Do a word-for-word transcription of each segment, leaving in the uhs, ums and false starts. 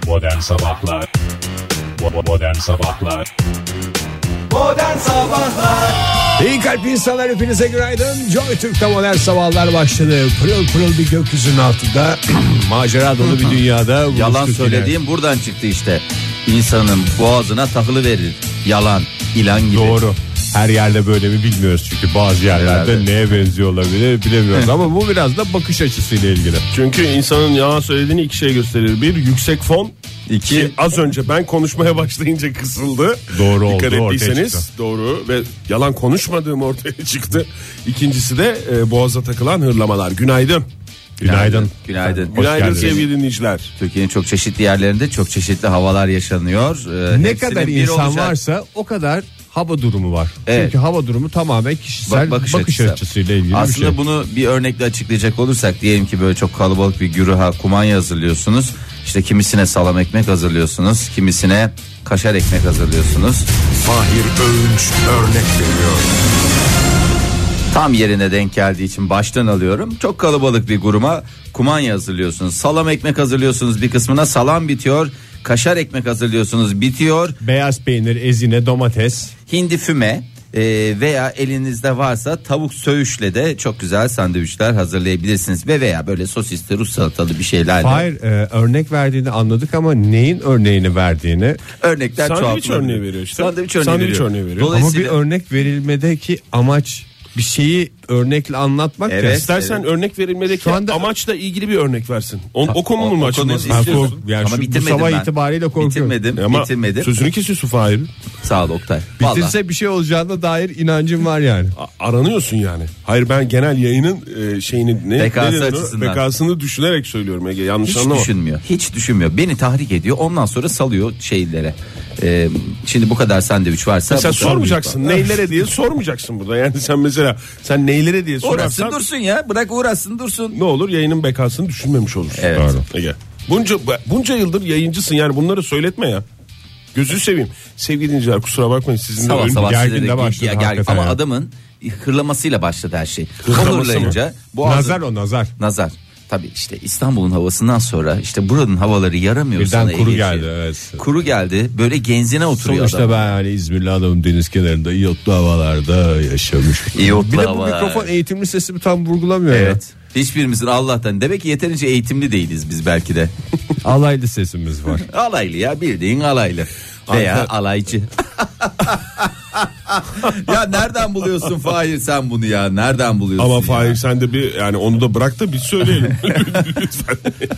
Modern Sabahlar Modern Sabahlar Modern Sabahlar İyi kalp insanlar, hepinize günaydın. Joy Türk'te Modern Sabahlar başladı. Pırıl pırıl bir gökyüzünün altında macera dolu bir dünyada. Yalan söylediğim yine buradan çıktı işte. İnsanın boğazına takılı verir. Yalan, ilan gibi. Doğru. Her yerde böyle mi bilmiyoruz çünkü bazı yerlerde Herhalde. neye benziyor olabilir bilemiyoruz ama bu biraz da bakış açısıyla ilgili. Çünkü insanın yalan söylediğini iki şey gösterir. Bir, yüksek fon. İki, az önce ben konuşmaya başlayınca kısıldı. Doğru oldu. Dikkat ettiyseniz doğru ve yalan konuşmadığım ortaya çıktı. İkincisi de e, boğaza takılan hırlamalar. Günaydın. Günaydın. Günaydın. Günaydın sevgili dinleyiciler. Türkiye'nin çok çeşitli yerlerinde çok çeşitli havalar yaşanıyor. Ee, ne kadar insan olacak. varsa o kadar hava durumu var. Evet. Çünkü hava durumu tamamen kişisel Bak, bakış, bakış açısı. açısıyla ilgili Aslında bir şey. Aslında bunu bir örnekle açıklayacak olursak, diyelim ki böyle çok kalabalık bir güruha kumanya hazırlıyorsunuz. İşte kimisine salam ekmek hazırlıyorsunuz, kimisine kaşar ekmek hazırlıyorsunuz. Fahir Öğünç örnek veriyor. Tam yerine denk geldiği için baştan alıyorum. Çok kalabalık bir gruba kumanya hazırlıyorsunuz. Salam ekmek hazırlıyorsunuz, bir kısmına salam bitiyor. Kaşar ekmek hazırlıyorsunuz, bitiyor. Beyaz peynir, ezine, domates. Hindi füme e, veya elinizde varsa tavuk söğüşle de çok güzel sandviçler hazırlayabilirsiniz. Ve veya böyle sosisli, Rus salatalı bir şeylerle. Hayır, e, örnek verdiğini anladık ama neyin örneğini verdiğini. Örnekler çoğaltılıyor. Sandviç örneği veriyor işte. Sandviç örneği, Sandviç veriyor. örneği veriyor. Ama bir örnek verilmedeki amaç bir şeyi örnekle anlatmak. Evet, ya. İstersen evet. örnek verilmedeki anda amaçla ilgili bir örnek versin. O, o konunun mu açılması istiyorsun? Yani ama şu, bitirmedim bu sabah ben. itibariyle korkuyorum. Bitirmedim. Ama bitirmedim. Sözünü kesiyorsun Fahir. Sağ ol Oktay. Bitirse Vallahi. bir şey olacağına dair inancım var yani. A- aranıyorsun yani. Hayır, ben genel yayının e, şeyini ne, bekası açısından. Bekasını düşünerek söylüyorum Ege. Yanlış hiç anlama. Hiç düşünmüyor. Hiç düşünmüyor. Beni tahrik ediyor. Ondan sonra salıyor şeylere. Ee, şimdi bu kadar sandviç varsa. Mesela sormayacaksın neylere diye sormayacaksın burada. Yani sen mesela sen neylere diye sorarsan. Uğraşsın dursun ya. Bırak uğraşsın dursun. Ne olur, yayının bekasını düşünmemiş olursun. Evet. Ege. Bunca, bunca yıldır yayıncısın yani, bunları söyletme ya. Gözü seveyim. Sevgili dinleyiciler, kusura bakmayın, sizin sabah de sabah gerginde başladı. Ya, gergin. Ama ya. adamın hırlamasıyla başladı her şey. Hırlamayınca nazar o nazar. Nazar. Tabii işte İstanbul'un havasından sonra işte buranın havaları yaramıyor. Birden kuru geldi, evet. Kuru geldi, böyle genzine oturuyor sonuçta adam. Ben hani İzmirli adamım, deniz kenarında iyotlu havalarda yaşamış. İyotlu bir de havalar. bu mikrofon eğitimli sesimi tam vurgulamıyor. Evet. Ya. Hiçbirimizin Allah'tan. Demek ki yeterince eğitimli değiliz biz belki de. Alaylı sesimiz var. Alaylı ya, bildiğin alaylı. Veya alaycı. Ya nereden buluyorsun Fahir sen bunu ya? Nereden buluyorsun? Ama Fahir ya? sen de bir, yani onu da bırak da bir söyleyelim. Lütfen.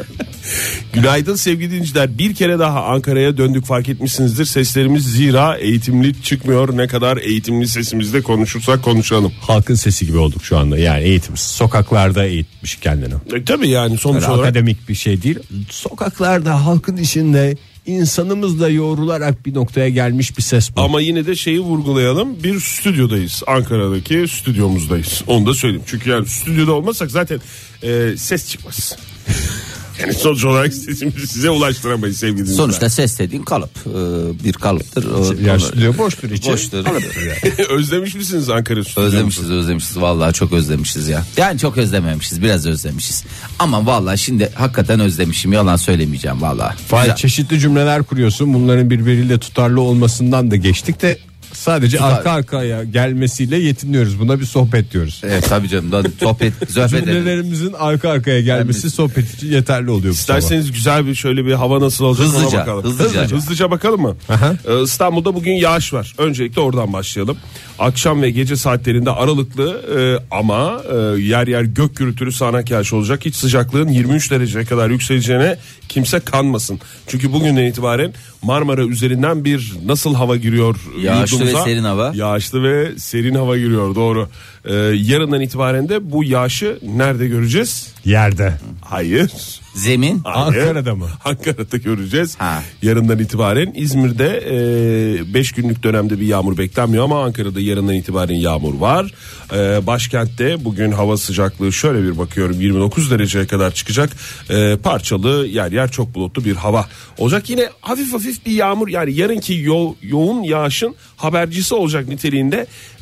Günaydın sevgili dinleyiciler. Bir kere daha Ankara'ya döndük, fark etmişsinizdir. Seslerimiz zira eğitimli çıkmıyor. Ne kadar eğitimli sesimizde konuşursak konuşalım. Halkın sesi gibi olduk şu anda. Yani eğitimsiz. Sokaklarda eğitmiş kendini. E, tabii yani sonuç Öyle olarak. Akademik bir şey değil. Sokaklarda, halkın içinde, insanımızla yoğrularak bir noktaya gelmiş bir ses bu. Ama yine de şeyi vurgulayalım. Bir stüdyodayız. Ankara'daki stüdyomuzdayız. Onu da söyleyeyim. Çünkü yani stüdyoda olmasak zaten e, ses çıkmaz. Yani sonuç olarak sesimizi size ulaştıramayız sevgili dinleyiciler. Sonuçta ses dediğin kalıp. Ee, bir kalıptır. Ya stüdyo boştur içi. Boştur. Özlemiş misiniz Ankara stüdyomuzu? Özlemişiz özlemişiz. Vallahi çok özlemişiz ya. Yani çok özlememişiz. Biraz özlemişiz. Ama vallahi şimdi hakikaten özlemişim. Yalan söylemeyeceğim vallahi. Vay, çeşitli cümleler kuruyorsun. Bunların birbiriyle tutarlı olmasından da geçtik de sadece Tutar. arka arkaya gelmesiyle yetiniyoruz. Buna bir sohbet diyoruz. Evet tabii canım. Sohbet, sohbet cümlelerimizin arka arkaya gelmesi yani, sohbet için yeterli oluyor. İsterseniz sabah. Güzel bir şöyle bir hava nasıl olacak hızlıca, ona bakalım. Hızlıca. Hızlıca. Hızlıca bakalım mı? Ee, İstanbul'da bugün yağış var. Öncelikle oradan başlayalım. Akşam ve gece saatlerinde aralıklı e, ama e, yer yer gök gürültülü sağanak yağış olacak. Hiç sıcaklığın yirmi üç dereceye kadar yükseleceğine kimse kanmasın. Çünkü bugünden itibaren Marmara üzerinden bir nasıl hava giriyor yağışlı yurdumuza? Ve serin hava. Yağışlı ve serin hava giriyor, doğru. Ee, yarından itibaren de bu yağışı nerede göreceğiz? Yerde. Hayır. Zemin. Hayır. Ankara'da mı? Ankara'da göreceğiz. Ha. Yarından itibaren İzmir'de beş e, günlük dönemde bir yağmur beklenmiyor ama Ankara'da yarından itibaren yağmur var. E, başkentte bugün hava sıcaklığı şöyle bir bakıyorum yirmi dokuz dereceye kadar çıkacak. E, parçalı yer yer çok bulutlu bir hava olacak. Yine hafif hafif bir yağmur, yani yarınki yo- yoğun yağışın habercisi olacak niteliğinde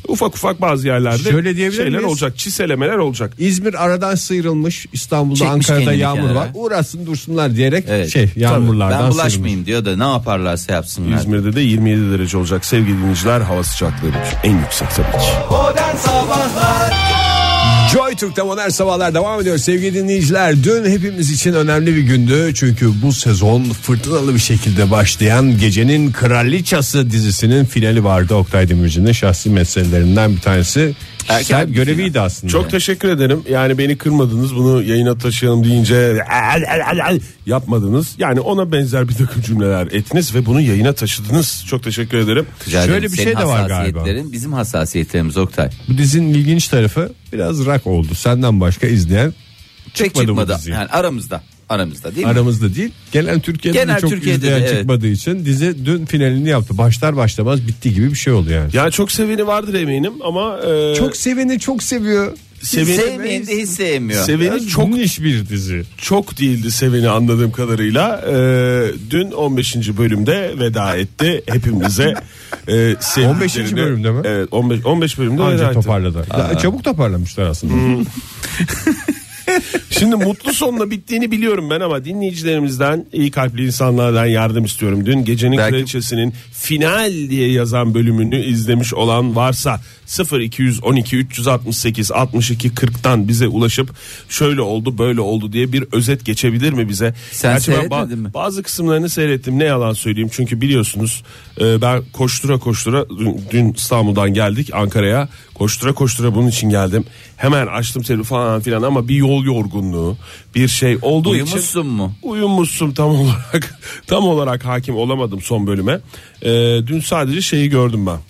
Ufak ufak bazı yerlerde Şöyle diyebilir şeyler miyiz? olacak, çiselemeler olacak. İzmir aradan sıyrılmış, İstanbul'da Çekmiş Ankara'da kendini yağmur kenara. var. Uğraşsın dursunlar diyerek Evet. şey yağmurlardan Ben sıyrılmış. bulaşmayayım diyor da ne yaparlarsa yapsınlar. İzmir'de de yirmi yedi derece olacak sevgili dinleyiciler, hava sıcaklığı en yüksek tabii ki. Modern Sabahlar. Joy Türk'te modern sabahlar devam ediyor sevgili dinleyiciler. Dün hepimiz için önemli bir gündü. Çünkü bu sezon fırtınalı bir şekilde başlayan Gecenin Kraliçası dizisinin finali vardı. Oktay Demirci'nin şahsi meselelerinden bir tanesi. Kişisel bir göreviydi final. aslında. Çok teşekkür ederim. Yani beni kırmadınız, bunu yayına taşıyalım deyince yapmadınız. Yani ona benzer bir takım cümleler ettiniz ve bunu yayına taşıdınız. Çok teşekkür ederim. Rica ederim. Şöyle bir Senin şey de var galiba. hassasiyetlerin bizim hassasiyetlerimiz Oktay. Bu dizinin ilginç tarafı biraz rock oldu. Senden başka izleyen Pek çıkmadı, çıkmadı. bu dizi. Yani aramızda. Aramızda değil mi? Aramızda değil. Genel Türkiye'de Genel de çok Türkiye'de izleyen de, evet. çıkmadığı için dizi dün finalini yaptı. Başlar başlamaz bitti gibi bir şey oldu yani. Ya çok seveni vardır eminim ama e, Çok seveni çok seviyor. seveni, Sevmeyen de hiç sevmiyor. seveni çok niş bir dizi. çok değildi seveni anladığım kadarıyla. E, dün on beşinci bölümde veda etti hepimize. E, sevdiklerini- on beşinci bölümde mi? Evet, on beş on beş bölümde veda Anca etti. toparladı. Ya, çabuk toparlamışlar aslında. Şimdi mutlu sonla bittiğini biliyorum ben ama dinleyicilerimizden, iyi kalpli insanlardan yardım istiyorum. Dün Gecenin Belki- Kraliçesi'nin final diye yazan bölümünü izlemiş olan varsa sıfır iki on iki üç altı sekiz altmış iki kırktan bize ulaşıp şöyle oldu böyle oldu diye bir özet geçebilir mi bize? Sen Gerçi ben seyretmedin mi? Bazı kısımlarını seyrettim, ne yalan söyleyeyim, çünkü biliyorsunuz e, ben koştura koştura dün, dün İstanbul'dan geldik Ankara'ya, koştura koştura bunun için geldim. Hemen açtım telefonu falan filan ama bir yol yorgunluğu, bir şey olduğu için Uyumuşsun mu? uyumuşsun tam olarak tam olarak hakim olamadım son bölüme. E, dün sadece şeyi gördüm ben.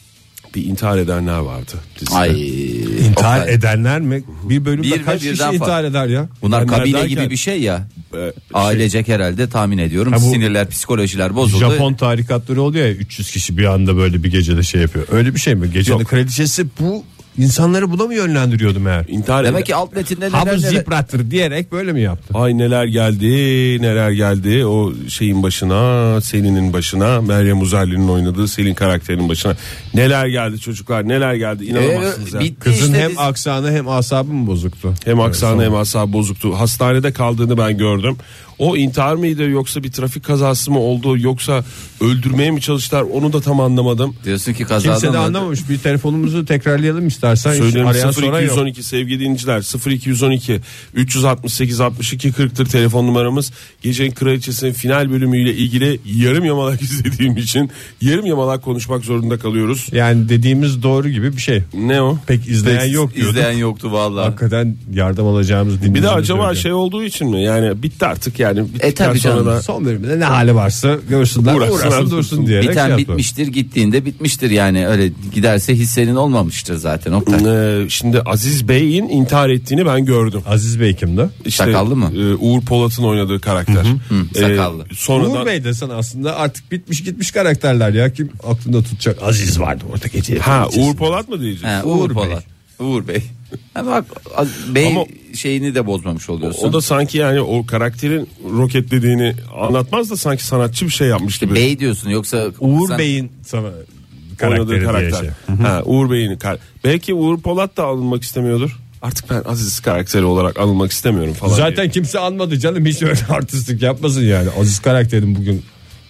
Bir intihar edenler vardı dizide. Ay. İntihar Oktay. edenler mi? Bir bölümde Bir ve kaç kişi birden intihar eder ya? Bunlar Edenler kabile derken- gibi bir şey ya. Ee, Ailecek herhalde tahmin ediyorum. Ha, bu- Sinirler, psikolojiler bozuldu. Japon tarikatları oluyor ya, üç yüz kişi bir anda böyle bir gecede şey yapıyor. Öyle bir şey mi? Gecenin Yok. kraliçesi bu insanları buna mı yönlendiriyordu meğer? intihar Demek eden- ki alt metinde Ha bu neler neler. zipratır diyerek böyle mi yaptı? Ay neler geldi neler geldi o şeyin başına, Selin'in başına, Meryem Uzerli'nin oynadığı Selin karakterinin başına neler geldi çocuklar, neler geldi, inanamazsınız Ee, ya. bitti Kızın işte hem biz- aksanı hem asabı mı bozuktu? Hem aksanı Evet, hem asabı bozuktu. Hastanede kaldığını ben gördüm. O intihar mıydı yoksa bir trafik kazası mı oldu yoksa öldürmeye mi çalıştılar, onu da tam anlamadım. Diyorsun ki kazadan Kimse de oldu. anlamamış. Bir telefonumuzu tekrarlayalım istersen. Hiç Söylüyorum arayan sıfır soran iki yok. on iki sevgili dinleyiciler, sıfır iki on iki üç altı sekiz altmış iki kırktır telefon numaramız. Gecenin Kraliçesi'nin final bölümüyle ilgili yarım yamalak izlediğim için yarım yamalak konuşmak zorunda kalıyoruz. Yani dediğimiz doğru gibi bir şey. Ne o? Pek izleyen yok diyorduk. İzleyen yoktu vallahi. Hakikaten yardım alacağımız Bir de dinleyicilerimiz acaba yok. şey olduğu için mi? Yani bitti artık yani. Bittikten E tabii sonra canım. da Son bölümde ne hali varsa görsünler, Uğraşsın, uğraşsın, uğraşsın. dursun diyerek Biten şey yaptı. bitmiştir, gittiğinde bitmiştir yani, öyle giderse hissenin olmamıştır zaten Oktay. Ee, şimdi Aziz Bey'in intihar ettiğini ben gördüm. Aziz Bey kimdi? İşte, Sakallı mı? e, Uğur Polat'ın oynadığı karakter. Hı, sakallı. Ee, sonradan Uğur Bey desen aslında artık bitmiş gitmiş karakterler ya. Kim aklında tutacak? Aziz vardı orada gece. ha Uğur Polat mı diyeceğiz? He, Uğur Uğur Polat. Uğur Bey. Ama bak Bey Ama- şeyini de bozmamış oluyorsun. O da sanki yani o karakterin roketlediğini anlatmaz da sanki sanatçı bir şey yapmış gibi. Bey diyorsun yoksa Uğur sen- Bey'in sana oynadığı karakteri karakter. diye şey. Ha, Uğur Bey'in kar- belki Uğur Polat da alınmak istemiyordur. Artık ben Aziz karakteri olarak alınmak istemiyorum falan. Zaten diye. kimse anmadı canım, hiç öyle artistlik yapmasın yani. Aziz karakterin bugün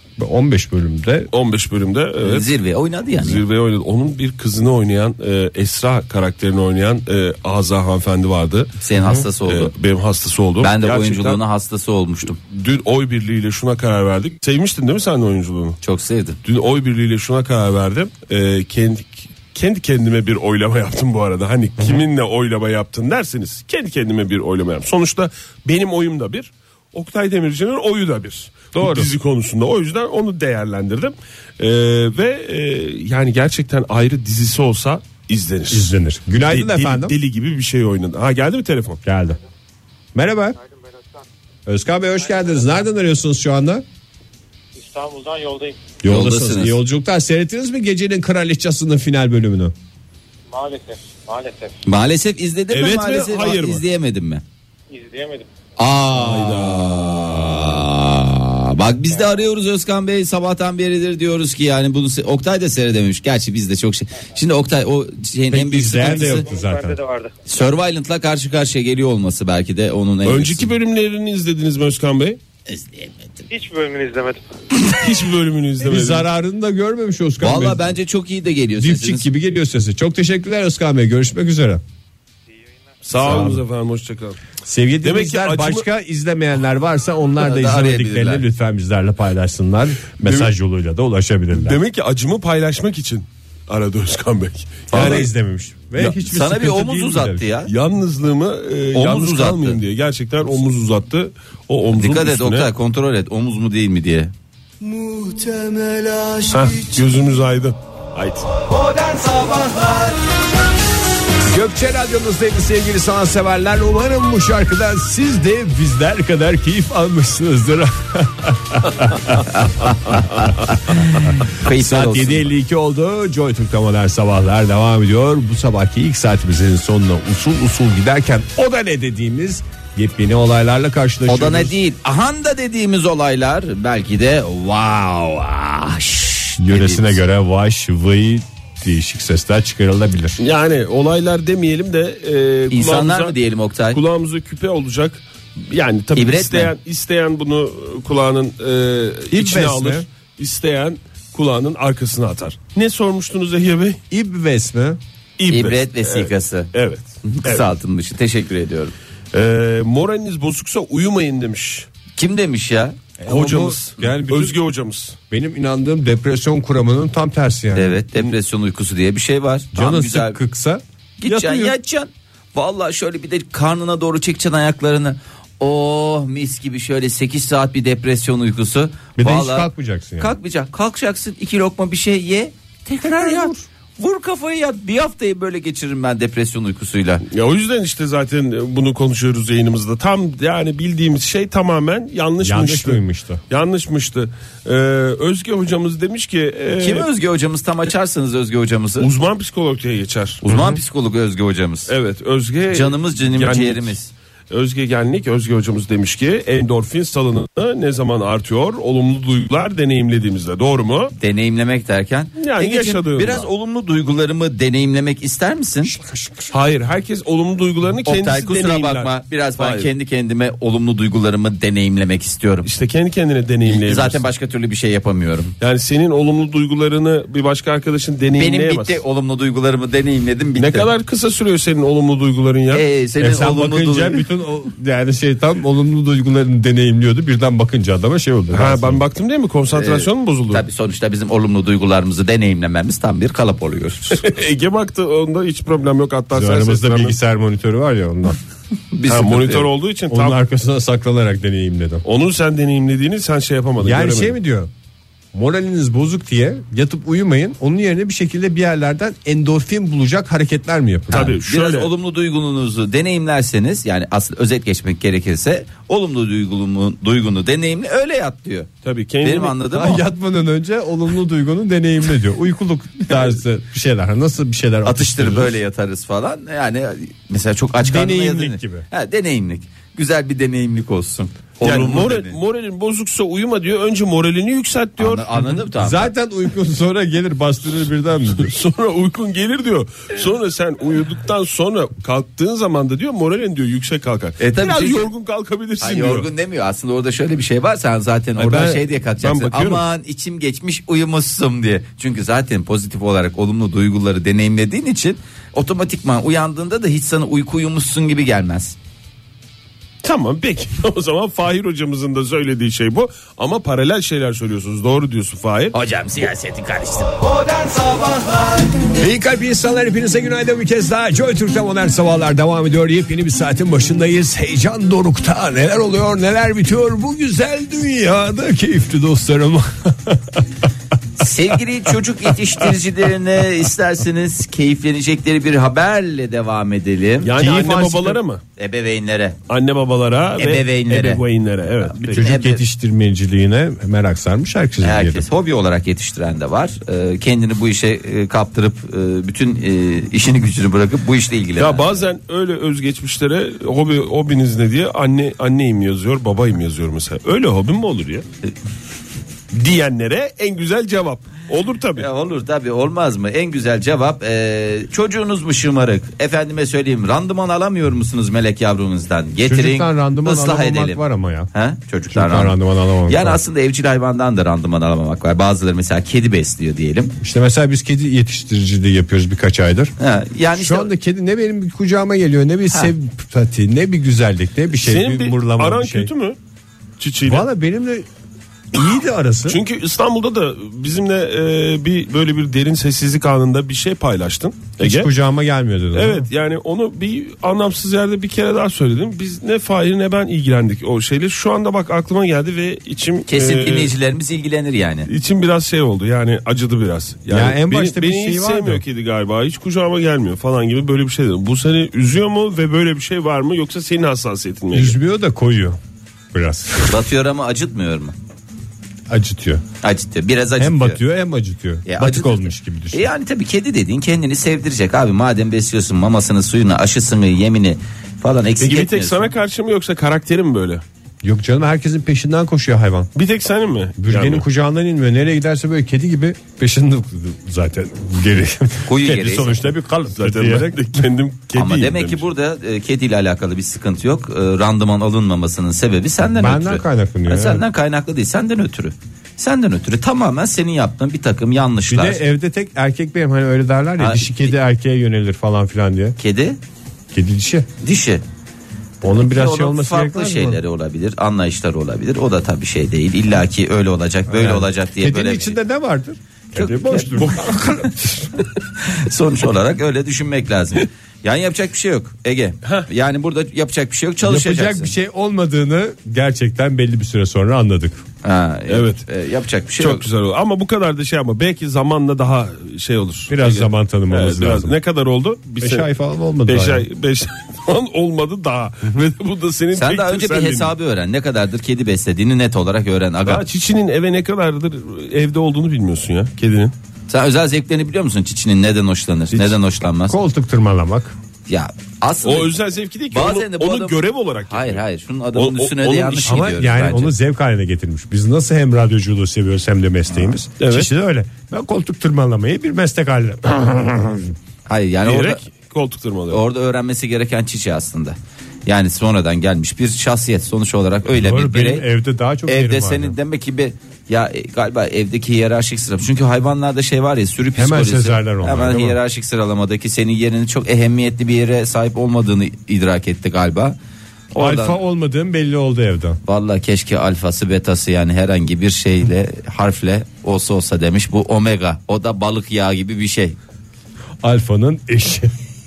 on beş bölümde on beş bölümde evet. zirve oynadı yani. Zirveye oynadı. Onun bir kızını oynayan e, Esra karakterini oynayan e, Aza hanımefendi vardı. Senin hastası oldu. E, benim hastası oldum. Ben de Gerçekten oyunculuğuna hastası olmuştum. Dün oy birliğiyle şuna karar verdik. Sevmiştin değil mi sen de oyunculuğunu? Çok sevdim. Dün oy birliğiyle şuna karar verdim. E, kendi kendi kendime bir oylama yaptım bu arada. Hani kiminle oylama yaptın derseniz kendi kendime bir oylama yaptım. Sonuçta benim oyum da bir, Oktay Demirci'nin oyu da bir. Doğru. Bu dizi konusunda. O yüzden onu değerlendirdim. Ee, ve e, yani gerçekten ayrı dizisi olsa izlenir. izlenir. Günaydın De- deli- efendim. Deli gibi bir şey oynadı. Ha geldi mi telefon? Geldi. Merhaba. Özkan Bey hoş geldiniz. Nereden arıyorsunuz şu anda? İstanbul'dan yoldayım. Yoldasınız. Yoldasınız. İyi yolculuklar. Seyrettiniz mi Gecenin Kraliçesi'nin final bölümünü? Maalesef. Maalesef. Maalesef izledim Evet mi mi, maalesef hayır mı? izleyemedim mi? izleyemedim. Aa, Bak biz de arıyoruz Özkan Bey, sabahtan beridir diyoruz ki yani bunu se- Oktay da seyredememiş. Gerçi biz de çok şey. Şimdi Oktay o şeyin Pek en büyük izleyen de sıkıntısı yoktu zaten. Bende de vardı. Survivalent'la karşı karşıya geliyor olması belki de onun en Önceki bölümlerini izlediniz mi Özkan Bey? Hiç bölümünü izlemedim. Hiç bölümünü Bir izlemedim. zararını da görmemiş Özkan Bey. Valla bence çok iyi de geliyor Dipçik sesiniz. gibi geliyor sesi. Çok teşekkürler Özkan Bey. Görüşmek üzere. Sağ olun efendim, hoşçakalın. Sevgili Demek ki dinleyiciler, acımı- başka izlemeyenler varsa onlar da Da izlemediklerini arayabilirler. lütfen bizlerle paylaşsınlar. Mesaj yoluyla da ulaşabilirler. Demek ki acımı paylaşmak için aradı Özkan Bey. Yani Yani izlememiş. Ve Ya, hiçbir Sana bir sıkıntı omuz değil uzattı demiş. ya. yalnızlığımı e, yalnız uzattı. kalmayayım diye gerçekten omuz uzattı. O omzun Dikkat et üstüne. Oktay, kontrol et omuz mu değil mi diye. Muhtemel aşk Heh, gözümüz aydın. Haydi. Modern Sabahlar Gökçe Radyo'nuzdaydı sevgili sanatseverler. Umarım bu şarkıdan siz de bizler kadar keyif almışsınızdır. Kayıtlar Saat olsun. yedi elli iki oldu. Joy Türk'te modern sabahlar devam ediyor. Bu sabahki ilk saatimizin sonuna usul usul giderken o da ne dediğimiz yepyeni olaylarla karşılaşıyoruz. O da ne değil. Ahanda dediğimiz olaylar belki de wow. ah, şş Yöresine dediğimiz. göre vaş, vıy değişik sesler çıkarılabilir. Yani olaylar demeyelim de e, İnsanlar kulağımıza- mı diyelim Oktay? Kulağımıza küpe olacak. Yani tabii İbret isteyen mi? isteyen bunu kulağının e, içine İbres alır. mi? İsteyen kulağının arkasına atar. Ne sormuştunuz Ege Bey? İbves mi? İbret vesikası. Evet. evet. Kısaltılmış. Teşekkür ediyorum. E, moraliniz bozuksa uyumayın demiş. Kim demiş ya? Hocamız. onu- yani bütün- Özge hocamız. Benim inandığım depresyon kuramının tam tersi yani. Evet, depresyon uykusu diye bir şey var. Tam Canın güzel. sıkkıksa Gideceksin yatıyor. yatacaksın. Vallahi şöyle bir de karnına doğru çekeceksin ayaklarını. Oh mis gibi şöyle sekiz saat bir depresyon uykusu. Bir de hiç Vallahi kalkmayacaksın yani. Kalkmayacaksın. Kalkacaksın, iki lokma bir şey ye. Tekrar yat. Vur kafayı yat. Bir haftayı böyle geçiririm ben depresyon uykusuyla. Ya o yüzden işte zaten bunu konuşuyoruz yayınımızda. Tam yani bildiğimiz şey tamamen yanlışmıştı. Yanlış duymuştu. Yanlışmıştı. Ee, Özge hocamız demiş ki e, Kim Özge hocamız, tam açarsanız Özge hocamızı. uzman psikolog diye geçer. Uzman psikolog Özge hocamız. Evet, Özge Canımız canımız Genlik. ciğerimiz. Özge Genlik, Özge hocamız demiş ki endorfin salınımı ne zaman artıyor? Olumlu duygular deneyimlediğimizde. Doğru mu? Deneyimlemek derken. Yani Egeciğim, yaşadığında. biraz olumlu duygularımı deneyimlemek ister misin? Hayır, herkes olumlu duygularını kendisi Oktay kusura deneyimler. bakma, biraz ben Hayır. kendi kendime olumlu duygularımı deneyimlemek istiyorum. İşte kendi kendine deneyimleyebilirsin. Zaten başka türlü bir şey yapamıyorum. Yani senin olumlu duygularını bir başka arkadaşın Benim deneyimleyemez. bitti, olumlu duygularımı deneyimledim, bitti. Ne kadar kısa sürüyor senin olumlu duyguların ya? Ee, senin E sen olumlu bakınca duyguların. bütün o yani şeytan olumlu duygularını deneyimliyordu. Birden bakınca adama şey oldu. Ha, ben baktım değil mi? Konsantrasyon mu bozuldu? Tabii sonuçta bizim olumlu duygularımızı deneyimlememiz tam bir kalıp oluyor. Ege baktı, onda hiç problem yok. Hatta sen Aramızda seslenme. bilgisayar monitörü var ya ondan. Bir Ha, sıkıntı monitör yok. olduğu için Onun tam arkasına saklanarak deneyimledim. onu sen deneyimlediğini sen şey yapamadın. Yani göremedin. şey mi diyor? Moraliniz bozuk diye yatıp uyumayın. Onun yerine bir şekilde bir yerlerden endorfin bulacak hareketler mi yapın? Tabii Biraz şöyle. olumlu duygunuzu deneyimlerseniz, yani asıl özet geçmek gerekirse olumlu duygunu, duygunu deneyimle öyle yat diyor. Tabii kendini Benim anladığım Ha, o. yatmadan önce olumlu duygunu deneyimle diyor. Uykuluk tarzı bir şeyler. Nasıl bir şeyler Atıştırır atıştırırız? böyle yatarız falan. Yani mesela çok aç karnına Deneyimlik yatın. gibi. Ha, deneyimlik. Güzel bir deneyimlik olsun. Yani Olumlu moral, deneyim. moralin bozuksa uyuma diyor. Önce moralini yükselt diyor. Anla- Anladım tamam. Zaten uykun sonra gelir bastırır birden mi diyor? Sonra uykun gelir diyor. Sonra sen uyuduktan sonra kalktığın zaman da diyor moralin diyor yüksek kalkar. E, tabii Biraz çünkü- yorgun kalkabilirsin Ay, diyor. yorgun demiyor. Aslında orada şöyle bir şey var. Sen zaten Ay, oradan ben- şey diye kalkacaksın. ben bakıyorum. Aman içim geçmiş, uyumuşsun diye. Çünkü zaten pozitif olarak olumlu duyguları deneyimlediğin için otomatikman uyandığında da hiç sana uyku uyumuşsun gibi gelmez. Tamam peki o zaman Fahir hocamızın da söylediği şey bu. Ama paralel şeyler söylüyorsunuz. Doğru diyorsun Fahir. Hocam siyaseti karıştı. Modern Sabahlar İyi kalp insanlar, hepinize günaydın bir kez daha. Joy Türk'te modern sabahlar devam ediyor. Yepyeni bir saatin başındayız. Heyecan dorukta. Neler oluyor, neler bitiyor bu güzel dünyada keyifli dostlarım. Sevgili çocuk yetiştiricilerine isterseniz keyiflenecekleri bir haberle devam edelim. Yani Keyif anne ansiklop- babalara mı? Ebeveynlere. Anne babalara Ebeveynlere. ve ebeveynlere. Evet. Bütün Çocuk ebe- yetiştirmeciliğine merak sarmış herkesin diyelim. Herkes hobi olarak yetiştiren de var. Ee, kendini bu işe e, kaptırıp e, bütün e, işini gücünü bırakıp bu işle ilgilenen. Ya bazen öyle özgeçmişlere hobi hobiniz ne diye anne anneyim yazıyor, babayım yazıyor mesela. Öyle hobim mi olur ya? Diyenlere en güzel cevap. Olur tabii. Ya olur tabii, olmaz mı? En güzel cevap e, çocuğunuz mu şımarık? Efendime söyleyeyim, randıman alamıyor musunuz melek yavrunuzdan? Getirin, Çocuktan randıman ıslah alamamak edelim. var ama ya. Ha? Çocuktan, Çocuktan randıman. randıman alamamak Yani var. aslında evcil hayvandan da randıman alamamak var. Bazıları mesela kedi besliyor diyelim. İşte mesela biz kedi yetiştiriciliği yapıyoruz birkaç aydır. Ha, yani Şu işte anda kedi ne benim bir kucağıma geliyor, ne bir sempati, ne bir güzellik, ne bir şey, Senin bir bir mırlama aran bir şey. kötü mü? Çiçiyle. Valla benimle iyiydi arası. Çünkü İstanbul'da da bizimle e, bir böyle bir derin sessizlik anında bir şey paylaştın. Hiç Ege. kucağıma gelmiyordu. Evet, yani onu bir anlamsız yerde bir kere daha söyledim. Biz ne Fahir ne ben ilgilendik o şeyle. Şu anda bak aklıma geldi ve içim kesin e, dinleyicilerimiz ilgilenir yani. içim biraz şey oldu, yani acıdı biraz. Yani Ya en beni, başta bir beni şey hiç vardı. sevmiyor kedi galiba, hiç kucağıma gelmiyor falan gibi böyle bir şey dedim. Bu seni üzüyor mu ve böyle bir şey var mı, yoksa senin hassasiyetin mi? Üzmüyor da koyuyor biraz. Batıyor ama acıtmıyor mu? Acıtıyor. Acıtıyor. Biraz acıtıyor. Hem batıyor hem acıtıyor. Ya Batık acıtıyor. olmuş gibi düşün. E yani tabii kedi dediğin kendini sevdirecek abi. Madem besliyorsun, mamasını, suyunu, aşısını, yemini falan eksik Peki bir tek etmiyorsun. sana karşı mı yoksa karakterin mi böyle? Yok canım, herkesin peşinden koşuyor hayvan. Bir tek senin mi? Bürgenin Yani. kucağından inmiyor. Nereye giderse böyle kedi gibi peşinde zaten geri. Kuyu Kedi gereği. sonuçta bir kalıp Zaten diyerek. ben de kendim kediyim Ama demek demiş. ki burada e, kediyle alakalı bir sıkıntı yok. E, randıman alınmamasının sebebi senden Benden ötürü. kaynaklanıyor, Ha, evet. Senden kaynaklı değil, senden ötürü. Senden ötürü tamamen senin yaptığın bir takım Bir yanlışlar. de evde tek erkek benim, hani öyle derler ya, Ha, dişi kedi erkeğe yönelir falan filan diye. Kedi, Kedi dişi. dişi. Onun biraz Onun şey olması farklı gerekmez mi? şeyleri olabilir, anlayışları olabilir. O da tabii şey değil. İlla ki öyle olacak, böyle Yani olacak diye Kedinin böyle bir içinde ne vardır? Çok- Kedi boştur. sonuç olarak öyle düşünmek lazım. Yani yapacak bir şey yok Ege. Yani burada yapacak bir şey yok, çalışacaksın. Yapacak bir şey olmadığını gerçekten belli bir süre sonra anladık. Ha, Evet. e, yapacak bir şey Çok yok. güzel olur. Ama bu kadar da şey, ama belki zamanla daha şey olur. Biraz Ege. zaman tanımamız Evet, biraz. lazım. Ne kadar oldu? Bir Beş sene- ay falan olmadı Beş daha ay, beş ay falan olmadı daha. Ve bu da senin Sen tek daha önce bir teselliğin. hesabı öğren. Ne kadardır kedi beslediğini net olarak öğren aga. Daha Çiçi'nin eve ne kadardır evde olduğunu bilmiyorsun ya, kedinin. Sen özel zevklerini biliyor musun? Çiçinin neden hoşlanır, neden hoşlanmaz? Koltuk tırmalamak. Ya aslında O özel zevki değil ki. Bazen Onu, de bu onu adam- görev olarak hayır yapıyor. hayır şunun adamın O- o- üstüne de onun yanlış işi- Ama gidiyoruz yani bence. onu zevk haline getirmiş. Biz nasıl hem radyoculuğu seviyoruz hem de mesleğimiz. Evet. Çişi de öyle. Ben koltuk tırmalamayı bir meslek haline. Hayır yani orada, Diyerek koltuk tırmalıyor. orada öğrenmesi gereken Çiçi aslında. Yani sonradan gelmiş bir şahsiyet, sonuç olarak öyle Doğru, bir birey. benim evde daha çok Evde yerim senin vardı. demek ki bir ya e, galiba evdeki hiyerarşik sıralama. Çünkü hayvanlarda şey var ya, sürü Hemen psikolojisi. sezerler onlar, Hemen değil mi? hiyerarşik sıralamadaki senin yerinin çok ehemmiyetli bir yere sahip olmadığını idrak etti galiba. Oradan, Alfa olmadığım belli oldu evden. vallahi keşke alfası betası yani herhangi bir şeyle harfle olsa olsa demiş, bu omega, o da balık yağı gibi bir şey. Alfa'nın eşi.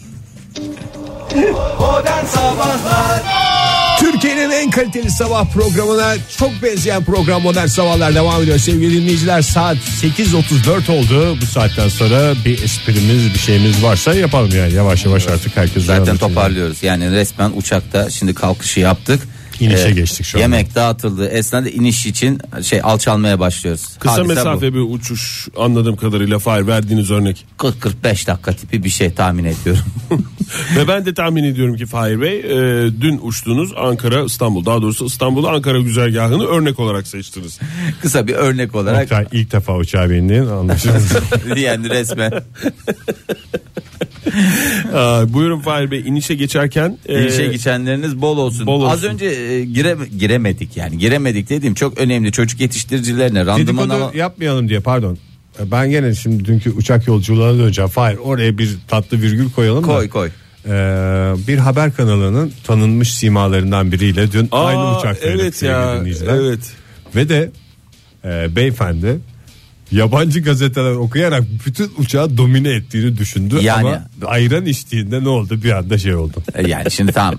Modern Sabahlar Türkiye'nin en kaliteli sabah programına çok benzeyen program Modern Sabahlar devam ediyor sevgili dinleyiciler. Saat sekiz otuz dört oldu. Bu saatten sonra bir esprimiz, bir şeyimiz varsa yapalım yani, yavaş yavaş artık herkes Zaten uyandı. toparlıyoruz. Yani resmen uçakta şimdi kalkışı yaptık. İnişe geçtik şu anda. Yemek dağıtıldı esnada iniş için şey alçalmaya başlıyoruz. Kısa Hadise mesafe bir uçuş anladığım kadarıyla, Fahir, verdiğiniz örnek. bu. kırk kırk beş dakika tipi bir şey tahmin ediyorum. Ve ben de tahmin ediyorum ki Fahir Bey, e, dün uçtuğunuz Ankara İstanbul, daha doğrusu İstanbul Ankara güzergahını örnek olarak seçtiniz. Kısa bir örnek olarak Oktay, ilk defa uçağa bindiğin anlaşıldı. yani resmen Aa, buyurun Fahir Bey, inişe geçerken e, inişe geçenleriniz bol olsun. bol Az olsun. önce e, gire, giremedik yani giremedik dediğim çok önemli, çocuk yetiştiricilerine randıman Dedikodu ama yapmayalım diye, pardon. Ben gene şimdi dünkü uçak yolculuğuna döneceğim. Hayır, oraya bir tatlı virgül koyalım da. koy koy. Ee, bir haber kanalının tanınmış simalarından biriyle dün Aa, aynı uçaktaydık evet sevgili ya, dinleyiciler. evet. Ve de e, beyefendi yabancı gazeteler okuyarak bütün uçağı domine ettiğini düşündü. Yani- Ama ayran içtiğinde ne oldu, bir anda şey oldu. E, Yani şimdi tamam.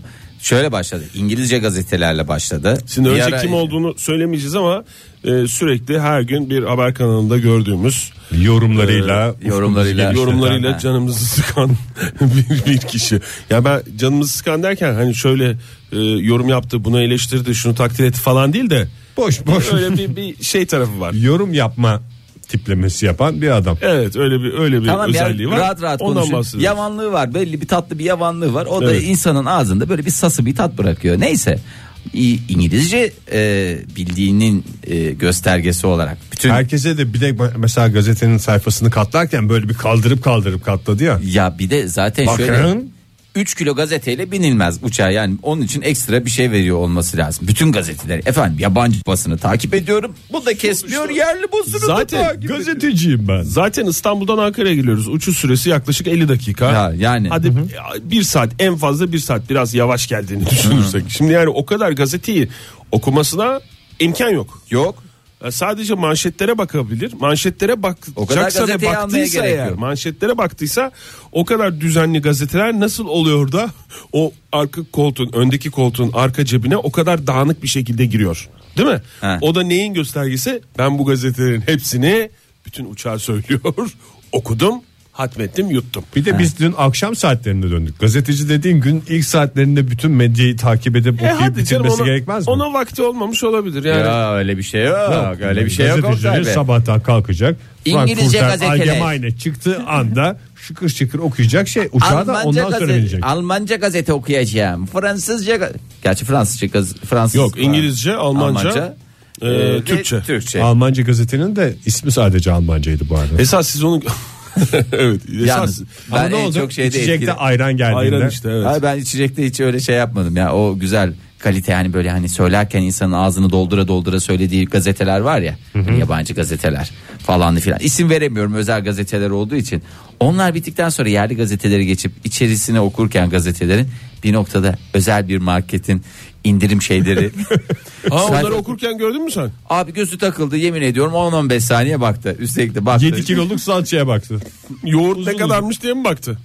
Şöyle başladı. İngilizce gazetelerle başladı. Şimdi Bir önce ara- kim olduğunu söylemeyeceğiz ama e, sürekli her gün bir haber kanalında gördüğümüz Yorumlarıyla Ee, yorumlarıyla- yorumlarıyla Ha. canımızı sıkan bir, bir kişi. Ya ben canımızı sıkan derken hani şöyle e, yorum yaptı, bunu eleştirdi, şunu takdir etti falan değil de boş boş öyle bir, bir şey tarafı var. yorum yapma tiplemesi yapan bir adam. Evet, öyle bir öyle bir Tamam ya, özelliği var. rahat rahat Ondan konuşun. bahsediyoruz. Yavanlığı var, belli bir tatlı bir yavanlığı var. O da Evet. insanın ağzında böyle bir sası bir tat bırakıyor. Neyse. İ- İngilizce e, bildiğinin e, göstergesi olarak bütün Herkese de bir de mesela gazetenin sayfasını katlarken böyle bir kaldırıp kaldırıp katladı ya. ya bir de zaten Bakın. şöyle üç kilo gazeteyle binilmez uçağa, yani onun için ekstra bir şey veriyor olması lazım. Bütün gazeteler efendim yabancı basını takip ediyorum. Bu da kesmiyor, yerli basını da Zaten takip ediyor. Gazeteciyim ben. Zaten İstanbul'dan Ankara'ya geliyoruz. Uçuş süresi yaklaşık elli dakika. Ya yani. Hadi bir saat, en fazla bir saat, biraz yavaş geldiğini düşünürsek. Şimdi yani o kadar gazeteyi okumasına imkan yok. Yok. Sadece manşetlere bakabilir. Manşetlere O kadar bakacaksa ve gazeteyi almaya baktıysa gerek eğer, yok. manşetlere baktıysa o kadar düzenli gazeteler nasıl oluyor da o arka koltuğun, öndeki koltuğun arka cebine o kadar dağınık bir şekilde giriyor. Değil mi? He. O da neyin göstergesi? Ben bu gazetelerin hepsini bütün uçağa söylüyor. Okudum, hatmettim, yuttum. Bir de biz dün akşam saatlerinde döndük. Gazeteci dediğin gün ilk saatlerinde bütün medyayı takip edip E okuyup hadi canım, bitirmesi ona, gerekmez mi? ona vakti olmamış olabilir yani. Ya öyle bir şey yok. Yok, öyle bir şey yok. Gazeteciler Oktay Bey. sabahtan kalkacak. İngilizce Frankfurter gazeteler. Allgemeine çıktığı anda şıkır şıkır okuyacak şey. Uçağa da ondan sonra gazete, binecek. Almanca gazete okuyacağım. Fransızca ga- gerçi Fransızca gaz, Fransız. Yok, İngilizce, Almanca, e, e, ve Türkçe. Türkçe. Almanca gazetenin de ismi sadece Almancaydı bu arada. Esas siz onu evet, esas Yalnız ben Ama ne en oldu? çok şeyde İçecekte etkili. ayran geldiğinde. ayran işte, evet. Hayır, ben içecekte hiç öyle şey yapmadım ya. O güzel kalite, yani böyle hani söylerken insanın ağzını doldura doldura söylediği gazeteler var ya. Hani yabancı gazeteler falan filan. İsim veremiyorum, özel gazeteler olduğu için. Onlar bittikten sonra yerli gazeteleri geçip içerisine okurken gazetelerin bir noktada özel bir marketin indirim şeyleri. Ha, Sayfa- onları okurken gördün mü sen? Abi gözü takıldı, yemin ediyorum on on beş saniye baktı. Üstelik de baktı. yedi kiloluk salçaya baktı. Yoğurt ne kadarmış diye mi baktı?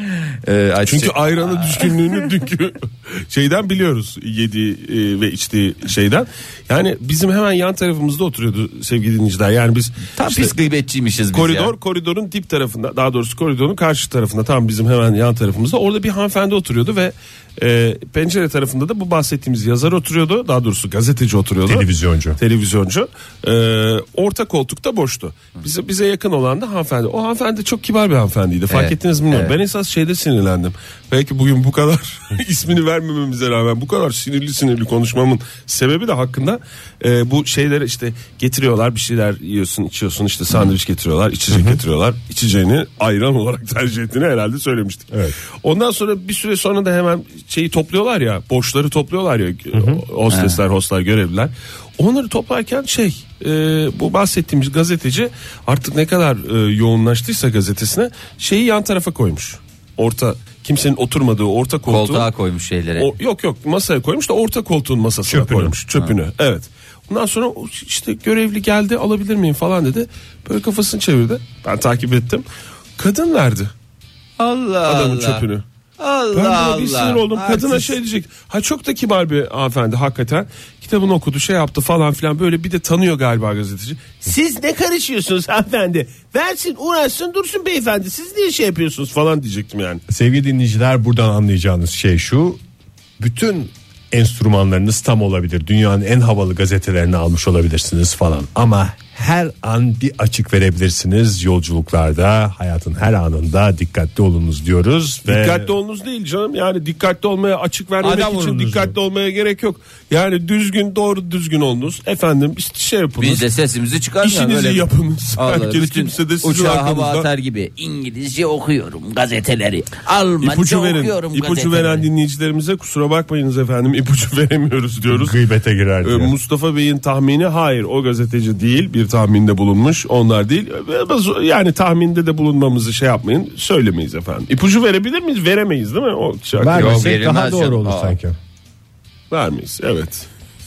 Ee, Çünkü açık- ayranı düşkünlüğünü dünkü şeyden biliyoruz, yediği e, ve içtiği şeyden. Yani bizim hemen yan tarafımızda oturuyordu sevgili dinleyiciler. Yani biz tam işte pis gıybetçiymişiz biz koridor ya. koridorun dip tarafında, daha doğrusu koridorun karşı tarafında, tam bizim hemen yan tarafımızda, orada bir hanımefendi oturuyordu ve e, pencere tarafında da bu bahsettiğimiz yazar oturuyordu. Daha doğrusu gazeteci oturuyordu. Televizyoncu. Televizyoncu. E, orta koltukta boştu. Bize bize yakın olan da hanımefendi. O hanımefendi çok kibar bir hanımefendiydi. Fark Evet, ettiniz mi bilmiyorum. evet. Ben esas şeyde sinirlendim. Belki bugün bu kadar ismini vermememize rağmen bu kadar sinirli sinirli konuşmamın sebebi de hakkında e, bu şeyleri işte getiriyorlar, bir şeyler yiyorsun, içiyorsun, işte sandviç getiriyorlar, içecek getiriyorlar. İçeceğini ayran olarak tercih ettiğini herhalde söylemiştik. Evet. Ondan sonra bir süre sonra da hemen şeyi topluyorlar ya, boşları topluyorlar ya, hostesler, hostlar, görevliler. Onları toplarken şey e, bu bahsettiğimiz gazeteci artık ne kadar e, yoğunlaştıysa gazetesine şeyi yan tarafa koymuş. Orta, kimsenin oturmadığı orta koltuğu. Koltuğa koymuş şeyleri. O, yok yok masaya koymuş da orta koltuğun masasına Çöpünü. koymuş çöpünü. Evet. Ondan sonra o işte görevli geldi, alabilir miyim falan dedi. Böyle kafasını çevirdi. Ben takip ettim. Kadın verdi Allah adamın Allah. çöpünü. Allah Ben buna Allah. bir sinir oldum. Kadına Artist. şey diyecek. Ha, çok da kibar bir hanımefendi hakikaten. Kitabını okudu, şey yaptı falan filan. Böyle bir de tanıyor galiba gazeteci. Siz ne karışıyorsunuz hanımefendi? Versin, uğraşsın, dursun beyefendi. Siz niye şey yapıyorsunuz falan diyecektim yani. Sevgili dinleyiciler, buradan anlayacağınız şey şu: bütün enstrümanlarınız tam olabilir, dünyanın en havalı gazetelerini almış olabilirsiniz falan, ama her an bir açık verebilirsiniz yolculuklarda, hayatın her anında dikkatli olunuz diyoruz. Ve Dikkatli olunuz değil canım, yani dikkatli olmaya, açık vermemek Adam için olunuz dikkatli mu? olmaya gerek yok. Yani düzgün, doğru düzgün olunuz efendim, işte şey yapınız. Biz de sesimizi çıkarmıyoruz. İşinizi Öyle- yapınız. Allah, Herkes, bütün kimse de sizin uçağa hava arkanızda. atar gibi İngilizce okuyorum gazeteleri. Almanca İpucu verin. okuyorum İpucu gazeteleri. veren dinleyicilerimize kusura bakmayınız efendim, ipucu veremiyoruz diyoruz. gıybete girer Ee, diye. Mustafa Bey'in tahmini, hayır o gazeteci değil, bir tahminde bulunmuş, onlar değil. Yani tahminde de bulunmamızı şey yapmayın, söylemeyiz efendim. İpucu verebilir miyiz? Veremeyiz değil mi? O şarkı. Yok, Vermesek verilmez daha doğru canım. olur Aa. sanki. Vermeyiz, evet.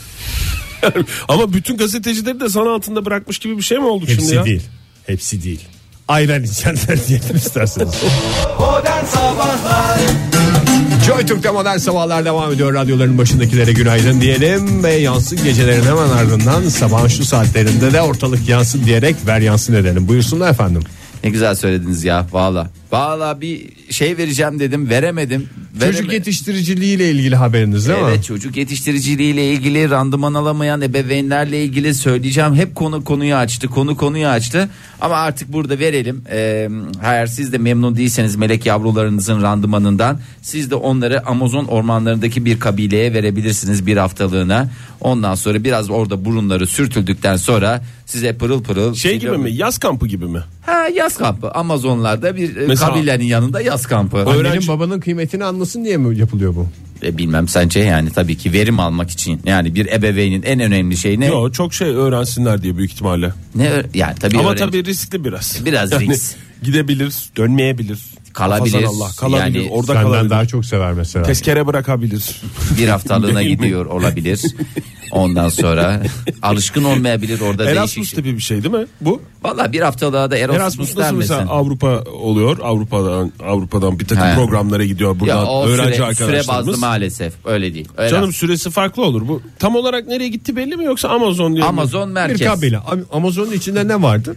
Ama bütün gazetecileri de zan altında bırakmış gibi bir şey mi oldu şimdi Hepsi ya? değil. Hepsi değil. Ayran içenler diyelim isterseniz. Modern Sabahlar Joy Türk'te modern sabahlar devam ediyor. Radyoların başındakilere günaydın diyelim ve yansın gecelerin hemen ardından sabahın şu saatlerinde de ortalık yansın diyerek ver yansın edelim. Buyursunlar efendim. Ne güzel söylediniz ya valla. Valla bir şey vereceğim dedim veremedim. Çocuk Vereme- yetiştiriciliği ile ilgili haberiniz değil evet, mi? çocuk yetiştiriciliği ile ilgili, randıman alamayan ebeveynlerle ilgili söyleyeceğim. Hep konu konuyu açtı, konu konuyu açtı. Ama artık burada verelim. Ee, eğer siz de memnun değilseniz melek yavrularınızın randımanından, siz de onları Amazon ormanlarındaki bir kabileye verebilirsiniz bir haftalığına. Ondan sonra biraz orada burunları sürtüldükten sonra size pırıl pırıl. Şey gibi mi? Yaz kampı gibi mi? Ha, yaz kampı. Amazonlarda bir e, Mesela- kabilenin yanında yaz kampı. Annenin Öğrenci- babanın kıymetini anlasın diye mi yapılıyor bu? E, bilmem sence, yani tabii ki verim almak için. Yani bir ebeveynin en önemli şeyi ne? Yok, çok şey öğrensinler diye büyük ihtimalle. Ne ö- yani tabii Ama öğrenci- tabii riskli biraz. Biraz Yani risk. Gidebilir, dönmeyebilir. Kalabilir. Allah, kalabilir. Yani Orada Senden kalabilir. daha çok sever mesela. Tezkere bırakabilir. bir haftalığına Değil mi? gidiyor olabilir. Ondan sonra alışkın olmayabilir orada Erasmus değişik. tipi bir şey değil mi bu? Valla bir haftalığa da Erasmus, Erasmus nasıl denmesin. mesela Avrupa oluyor? Avrupa'dan Avrupa'dan bir takım He. programlara gidiyor Ya buradan o öğrenci süre, süre bazlı arkadaşlarımız. maalesef öyle değil. Öyle. Canım süresi farklı olur. Bu tam olarak nereye gitti belli mi yoksa Amazon diye mi? Amazon Bir merkez. kabile. Am- Amazon'un içinde ne vardır?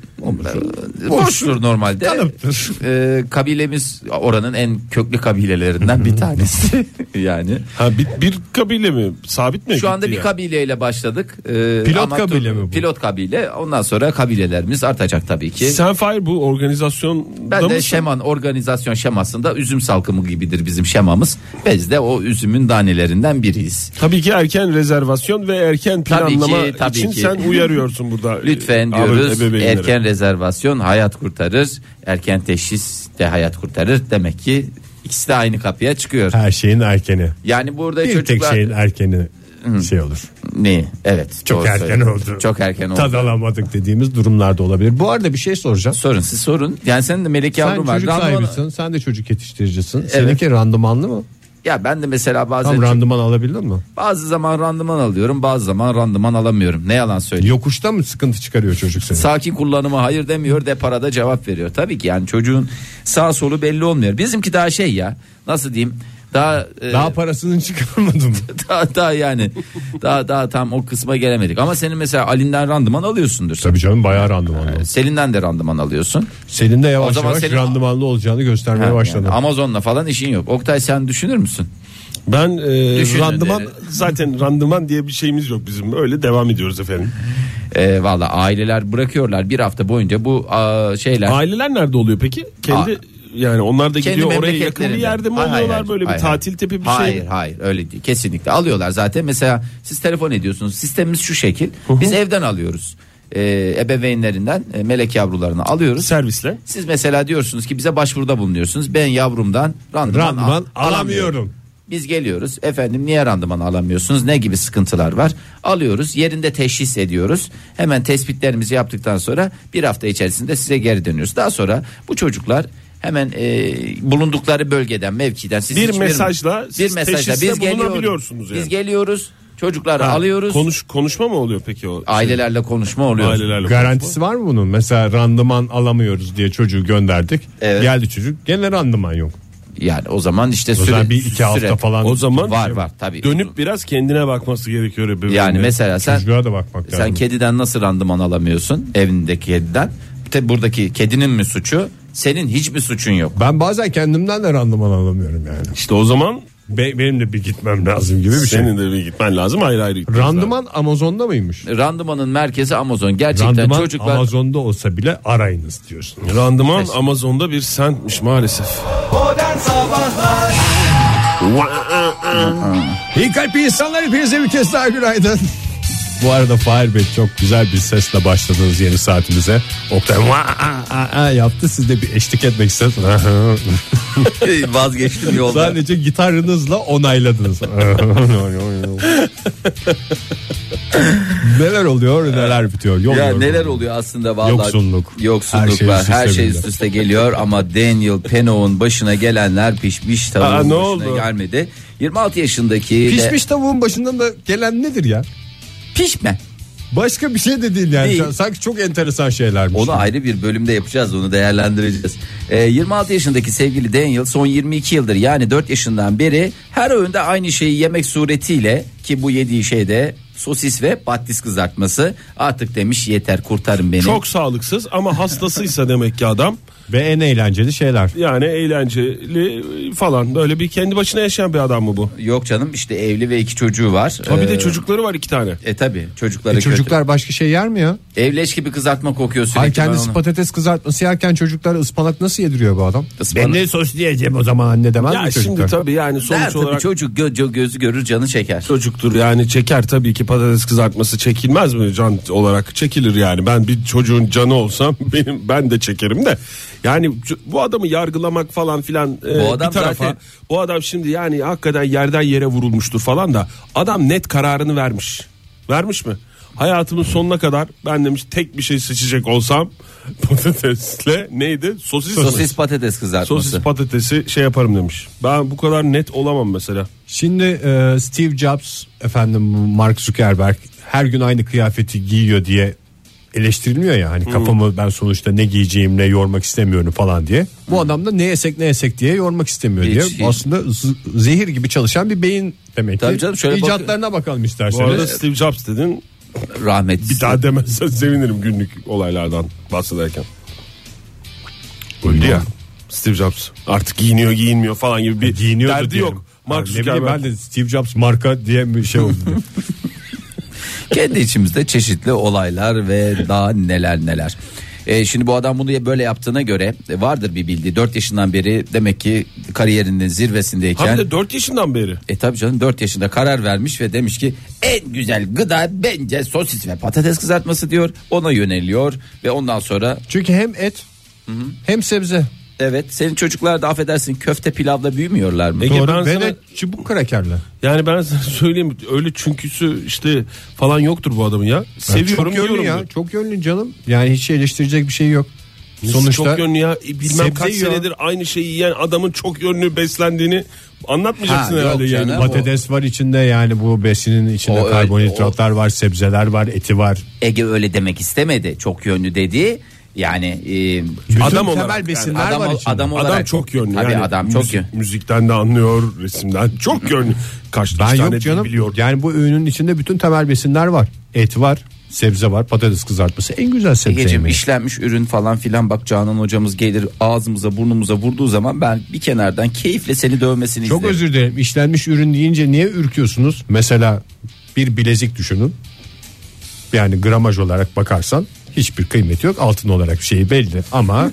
Boştur normalde. Kalıptır. Ee, kabilemiz oranın en köklü kabilelerinden bir tanesi. Yani. Ha, bir, bir kabile mi? Sabit mi? Şu anda gitti bir ya? kabileyle başladık. Ee, Pilot ama kabile tu- mi bu? Pilot kabile. Ondan sonra kabilelerimiz artacak tabii ki. Sen Fahir bu organizasyonda Ben de mısın? şeman organizasyon şemasında üzüm salkımı gibidir bizim şemamız. Biz de o üzümün tanelerinden biriyiz. Tabii ki erken rezervasyon ve erken Tabii planlama ki, tabii için ki. sen uyarıyorsun burada. Lütfen Abi, diyoruz, ebeveynlere. erken rezervasyon hayat kurtarır. Erken teşhis de hayat kurtarır. Demek ki ikisi de aynı kapıya çıkıyor. Her şeyin erkeni. Yani burada Bir tek çocuklar şeyin erkeni şey olur. ne? Evet. Çok doğru erken söylüyorsun. oldu. Çok erken oldu. Tad alamadık dediğimiz durumlarda olabilir. Bu arada bir şey soracağım. Sorun siz sorun. Yani senin de melek Sen yavrun var. çocuk Randıman- sahibisin. Sen de çocuk yetiştiricisin. Seninki randımanlı mı? Ya ben de mesela bazen Tam randıman alabildin mi? bazı zaman randıman alıyorum, bazı zaman randıman alamıyorum. Ne yalan söyleyeyim. Yokuşta mı sıkıntı çıkarıyor çocuk seni? Sakin kullanıma hayır demiyor, deparada cevap veriyor. Tabii ki yani çocuğun sağ solu belli olmuyor. Bizimki daha şey ya, nasıl diyeyim? Daha e, Daha parasını çıkarmadın mı? daha, daha yani daha daha tam o kısma gelemedik. Ama senin mesela Ali'nden randıman alıyorsundur. Tabii canım bayağı randımanlı. Selin'den de randıman alıyorsun. Senin de yavaş O zaman yavaş senin- randımanlı olacağını göstermeye Ha, başladı. yani Amazon'la falan işin yok. Oktay sen düşünür müsün? Ben e, Düşünün randıman dedi. zaten randıman diye bir şeyimiz yok bizim. Öyle devam ediyoruz efendim. E, Valla aileler bırakıyorlar bir hafta boyunca bu a, şeyler. Aileler nerede oluyor peki? Kendi Aa. yani onlar da Kendi gidiyor oraya yakın bir memleketlerinde. yerde mi Hayır, oluyorlar hayır, böyle hayır, bir hayır. tatil tipi bir hayır, şey? Hayır hayır öyle değil kesinlikle alıyorlar zaten. Mesela siz telefon ediyorsunuz, sistemimiz şu şekil, biz evden alıyoruz. Ee, ebeveynlerinden e, melek yavrularını alıyoruz. Servisle. Siz mesela diyorsunuz ki bize başvuruda bulunuyorsunuz. Ben yavrumdan randıman, Randıman al- alamıyorum. Biz geliyoruz. Efendim niye randıman alamıyorsunuz? Ne gibi sıkıntılar var? Alıyoruz. Yerinde teşhis ediyoruz. Hemen tespitlerimizi yaptıktan sonra bir hafta içerisinde size geri dönüyoruz. Daha sonra bu çocuklar hemen e, bulundukları bölgeden, mevkiden siz Bir hiçbir- mesajla bir siz mesajla teşhiste biz geliyoruz. bulunabiliyorsunuz yani. Biz geliyoruz. Çocukları Ha, alıyoruz. Konuş konuşma mı oluyor peki o? Ailelerle konuşma oluyor. Ailelerle Garantisi var mı bunun? Mesela randıman alamıyoruz diye çocuğu gönderdik. Evet. Geldi çocuk gene randıman yok. Yani o zaman işte O süre, zaman bir iki hafta süre- falan. O zaman var var tabii. dönüp biraz kendine bakması gerekiyor ebeveynlerin. yani mesela sen Çocuğa da bakmak sen lazım. kediden nasıl randıman alamıyorsun? Evindeki kediden. Tabi buradaki kedinin mi suçu? Senin hiçbir suçun yok. Ben bazen kendimden de randıman alamıyorum yani. İşte o zaman Be- benim de bir gitmem lazım gibi bir şey. senin de bir gitmen lazım ayrı ayrı. gitmeniz lazım. Randıman Amazon'da mıymış? Randımanın merkezi Amazon. Gerçekten Randıman çocuklar Amazon'da olsa bile arayınız diyorsun. Randıman Amazon'da bir sentmiş maalesef. Modern Sabahlar İyi kalp insanlar hepinize bir kez daha günaydın. Bu arada Fahir Bey çok güzel bir sesle başladınız yeni saatimize. Oktay "Vaa!" yaptı, siz de bir eşlik etmek istediniz. vazgeçtim yolda. Sadece gitarınızla onayladınız. Neler oluyor neler bitiyor. Yol Ya yorgunluğu. neler oluyor aslında vallahi. Yoksulluk. Yoksulluk Her şey var. üst Her üste şey bindi. üst üste geliyor ama Daniel Peno'nun başına gelenler pişmiş tavuğun Aa, ne başına oldu? gelmedi. yirmi altı yaşındaki de- Pişmiş tavuğun başından da gelen nedir ya? pişme. Başka bir şey de değil yani. Değil. Sanki çok enteresan şeylermiş. Onu ayrı bir bölümde yapacağız, onu değerlendireceğiz. Ee, yirmi altı yaşındaki sevgili Daniel son yirmi iki yıldır, yani dört yaşından beri her öğünde aynı şeyi yemek suretiyle, ki bu yediği şey de sosis ve patates kızartması, artık demiş yeter, kurtarın beni. Çok sağlıksız ama hastasıysa demek ki adam. Ve en eğlenceli şeyler. Yani eğlenceli falan, böyle bir kendi başına yaşayan bir adam mı bu? Yok canım, işte evli ve iki çocuğu var. Ha bir Ee, de çocukları var iki tane. E tabi çocukları E çocuklar başka şey yer mi ya? kötü. Evleş gibi kızartma kokuyor sürekli. Hayır, ben kendisi onu- patates kızartması yerken çocuklar ıspanak nasıl yediriyor bu adam? Ispanak- Ben de sos diyeceğim o zaman anne demez Ya mi şimdi çocuklar? tabii yani sonuç Der tabii, olarak çocuk gö- gözü görür canı çeker. çocuktur yani, çeker tabii ki, patates kızartması çekilmez mi can olarak? Çekilir yani. Ben bir çocuğun canı olsam benim ben de çekerim de. Yani bu adamı yargılamak falan filan e, Bu adam bir tarafa. zaten- Bu adam şimdi yani hakikaten yerden yere vurulmuştur falan da adam net kararını vermiş. Vermiş mi? Hayatımın sonuna kadar ben demiş tek bir şey seçecek olsam patatesle neydi? Sosis. Sosis patates kızartması. Sosis patatesi şey yaparım demiş. Ben bu kadar net olamam mesela. Şimdi e, Steve Jobs, efendim Mark Zuckerberg her gün aynı kıyafeti giyiyor diye eleştirilmiyor ya, hani kafamı ben sonuçta ne giyeceğim ne yormak istemiyorum falan diye. Bu adam da ne yesek ne yesek diye yormak istemiyor Hiç, diye. hiç. Aslında z- zehir gibi çalışan bir beyin demek Tabii ki. canım, şöyle bak- İcatlarına bakalım Bu isterseniz. arada Steve Jobs dedin. Rahmet. Bir daha demezsen sevinirim günlük olaylardan bahsederken. Öldü ya Steve Jobs. Artık giyiniyor giyinmiyor falan gibi bir Giyiniyordu derdi diyelim. yok. Mark Yani ne bileyim, Zuckerberg. ben de Steve Jobs marka diye bir şey oldu. Kendi içimizde çeşitli olaylar ve daha neler neler. E, şimdi bu adam bunu böyle yaptığına göre e, vardır bir bildiği. dört yaşından beri demek ki kariyerinin zirvesindeyken. Hem de dört yaşından beri. E tabi canım, dört yaşında karar vermiş ve demiş ki en güzel gıda bence sosis ve patates kızartması diyor. Ona yöneliyor ve ondan sonra Çünkü hem et hem sebze. evet, senin çocuklar da affedersin köfte pilavla büyümüyorlar mı? Ege, Doğru. ben Ve sana- de çubuk krakerle. Yani ben sana söyleyeyim, öyle çünküsü işte falan yoktur bu adamın ya. Seviyorum çok yönlü diyorum ya. diyor. Çok yönlü canım. Yani hiç eleştirecek bir şey yok. Sonuçta çok yönlü ya. E, Bilmem sebze kaç yiyor. senedir aynı şeyi yiyen adamın çok yönlü beslendiğini anlatmayacaksın Ha, yok herhalde yani. canım. patates var içinde, yani bu besinin içinde O öyle- karbonhidratlar var, sebzeler var, eti var. Ege öyle demek istemedi, çok yönlü dedi. Yani e, Bütün Adam temel olarak besinler adam, var içinde. adam olarak Adam çok yönlü Tabii yani. adam çok Müzik- yönlü. Müzikten de anlıyor, resimden çok yönlü. Kaç Ben tane yok dil canım. biliyor. Yani bu öğünün içinde bütün temel besinler var. Et var, sebze var, patates kızartması en güzel sebze Egeciğim, yemeği. işlenmiş ürün falan filan, bak Canan hocamız gelir ağzımıza burnumuza vurduğu zaman ben bir kenardan keyifle seni dövmesini Çok izlerim. özür dilerim. İşlenmiş ürün deyince niye ürküyorsunuz? Mesela bir bilezik düşünün. Yani gramaj olarak bakarsan hiçbir kıymeti yok. Altın olarak bir şey belli ama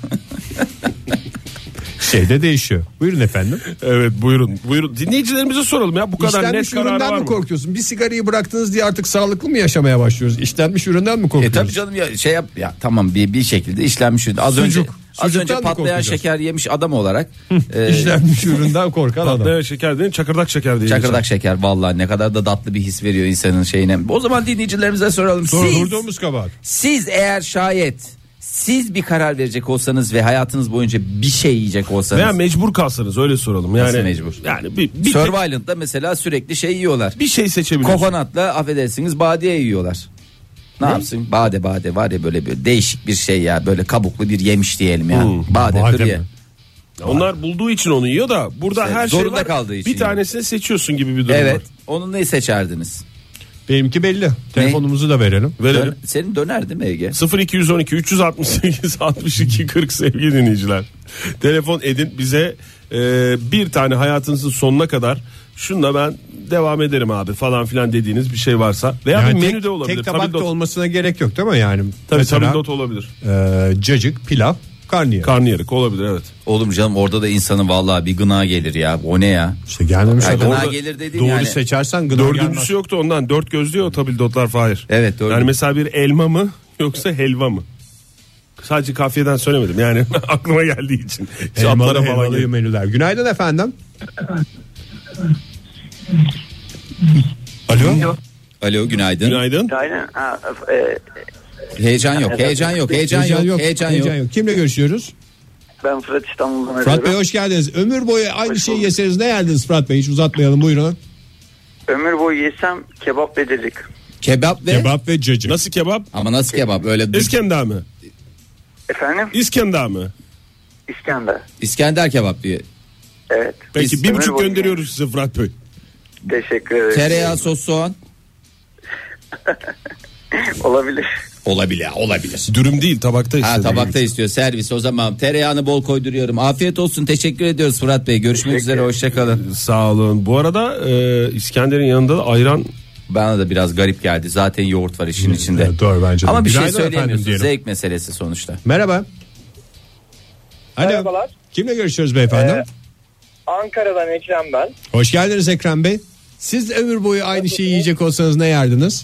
şeyde değişiyor. Buyurun efendim. Evet buyurun. Buyurun. Dinleyicilerimize soralım ya, bu kadar net İşlenmiş kararı üründen var mi mı? korkuyorsun? Bir sigarayı bıraktınız diye artık sağlıklı mı yaşamaya başlıyoruz? İşlenmiş üründen mi E korkuyoruz? tabii canım ya, şey yap ya, tamam bir bir şekilde işlenmiş ürün. Az Sucuk. önce az Sucuktan önce mı patlayan korkacağız? şeker yemiş adam olarak e, İşlenmiş üründen korkan adam. Patlayan şeker değil, çakırdak şeker diye. çakırdak şeker, vallahi ne kadar da tatlı bir his veriyor insanın şeyine. O zaman dinleyicilerimize soralım. Sonra Siz, durduğumuz kabahat. siz eğer şayet siz bir karar verecek olsanız ve hayatınız boyunca bir şey yiyecek olsanız. Veya mecbur kalsanız öyle soralım. Yani, Nasıl mecbur? Yani bir, bir, Survivalent'da mesela sürekli şey yiyorlar. bir şey seçebiliyorsun. Kokonatla affedersiniz badiye yiyorlar. Ne, yapsın? Bade bade var ya, böyle bir değişik bir şey ya, böyle kabuklu bir yemiş diyelim ya. Hmm, Bade bade kırıye. mi? Onlar bulduğu için onu yiyor da burada İşte her şey zorunda var. kaldığı için Bir tanesini seçiyorsun gibi bir durum Evet. var. Onu ne seçerdiniz? Benimki belli. Telefonumuzu da verelim. Verelim. Dön- senin döner değil mi Ege? sıfır iki on iki üç altı sekiz altmış iki kırk sevgili dinleyiciler. Telefon edin bize, e, bir tane hayatınızın sonuna kadar şunla ben devam ederim abi falan filan dediğiniz bir şey varsa veya Yani bir tek, menü de olabilir. tek tabakta Tabildot- olmasına gerek yok değil mi yani? Tabii Mesela, tabildot olabilir. e, cacık, pilav, karnıyarık. Karnıyarık olabilir evet. Oğlum canım, orada da insanın vallahi bir gına gelir ya. O ne ya? İşte gelmemiş Ya adam. gına Orada gelir dediğin doğru yani. seçersen gına Dördüncüsü gelmez. yoktu ondan. Dört gözlü o tabildotlar Fahir. Evet, dördüncü. Yani mesela bir elma mı yoksa helva mı? Sadece kafiyeden söylemedim yani aklıma geldiği için. Şu Elmalı atlara falan helvalı geliyor. menüler. Günaydın efendim. Alo. Alo, günaydın. Günaydın. Aynen. Ha, e, Heyecan yok, heyecan yok, heyecan, yok, heyecan yok. Kimle görüşüyoruz? ben Fırat İstanbul'dan Fırat Bey arıyorum. hoş geldiniz. Ömür boyu aynı Hoş şeyi bulduk. yeseniz ne yerdiniz Fırat Bey? Hiç uzatmayalım, buyurun. Ömür boyu yesem kebap ve cacık. Kebap ve Kebap ve cacık. Nasıl kebap? ama nasıl kebap? Öyle İskender mi? Efendim? İskender mi? İskender. İskender kebap diye. Evet. Peki Biz bir ömür buçuk boyu- gönderiyoruz size Fırat Bey. Teşekkür ederim. Tereyağı, sos, soğan. Olabilir. Olabilir, olabilir. Dürüm değil, tabakta Ha istedim. tabakta istiyor servis. O zaman tereyağını bol koyduruyorum. Afiyet olsun. Teşekkür ediyoruz Fırat Bey. Görüşmek üzere. Hoşçakalın. Sağ olun. Bu arada e, İskender'in yanında da ayran. Bana da biraz garip geldi. Zaten yoğurt var işin içinde. Evet, doğru bence de. Ama bir şey Günaydın efendim söyleyemiyorsun. diyelim. Zevk meselesi sonuçta. Merhaba. Alo. Merhabalar. Kimle görüşüyoruz beyefendi? Ee, Ankara'dan Ekrem ben. Hoş geldiniz Ekrem Bey. Siz ömür boyu aynı şeyi yiyecek olsanız ne yerdiniz?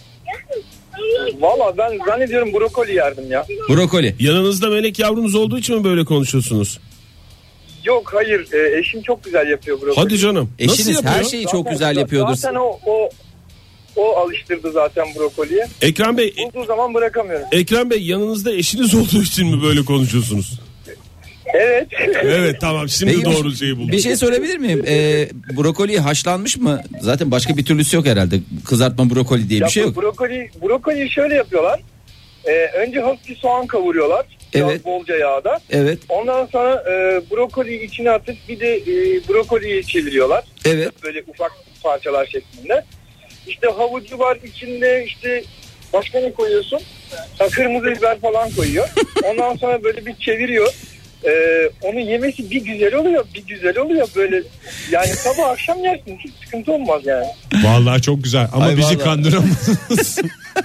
Valla ben zannediyorum brokoli yerdim ya. Brokoli. Yanınızda melek yavrunuz olduğu için mi böyle konuşuyorsunuz? Yok hayır e, eşim çok güzel yapıyor brokoli. Hadi canım. Nasıl Eşiniz yapıyor? her şeyi çok güzel yapıyordur. Zaten o, o, o alıştırdı zaten brokoliye. Ekrem Bey, Bulduğu zaman bırakamıyorum. Ekrem Bey yanınızda eşiniz olduğu için mi böyle konuşuyorsunuz? Evet. Evet tamam, şimdi Peki, doğru şeyi buldum. Bir şey sorabilir miyim? Ee, brokoli haşlanmış mı? Zaten başka bir türlüsü yok herhalde. Kızartma brokoli diye Ya bir şey bu yok. Brokoli, brokoliyi şöyle yapıyorlar. Ee, önce hafif bir soğan kavuruyorlar. Biraz Evet. bolca yağda. Evet. Ondan sonra e, brokoliyi içine atıp bir de e, brokoliyi çeviriyorlar. Evet. Böyle ufak parçalar şeklinde. İşte havucu var içinde, işte başka ne koyuyorsun? Ha, kırmızı biber falan koyuyor. Ondan sonra böyle bir çeviriyor. Ee, onu yemesi bir güzel oluyor, bir güzel oluyor böyle. Yani sabah akşam yersin, hiç sıkıntı olmaz yani. Vallahi çok güzel ama Ay bizi vallahi. kandıramadınız.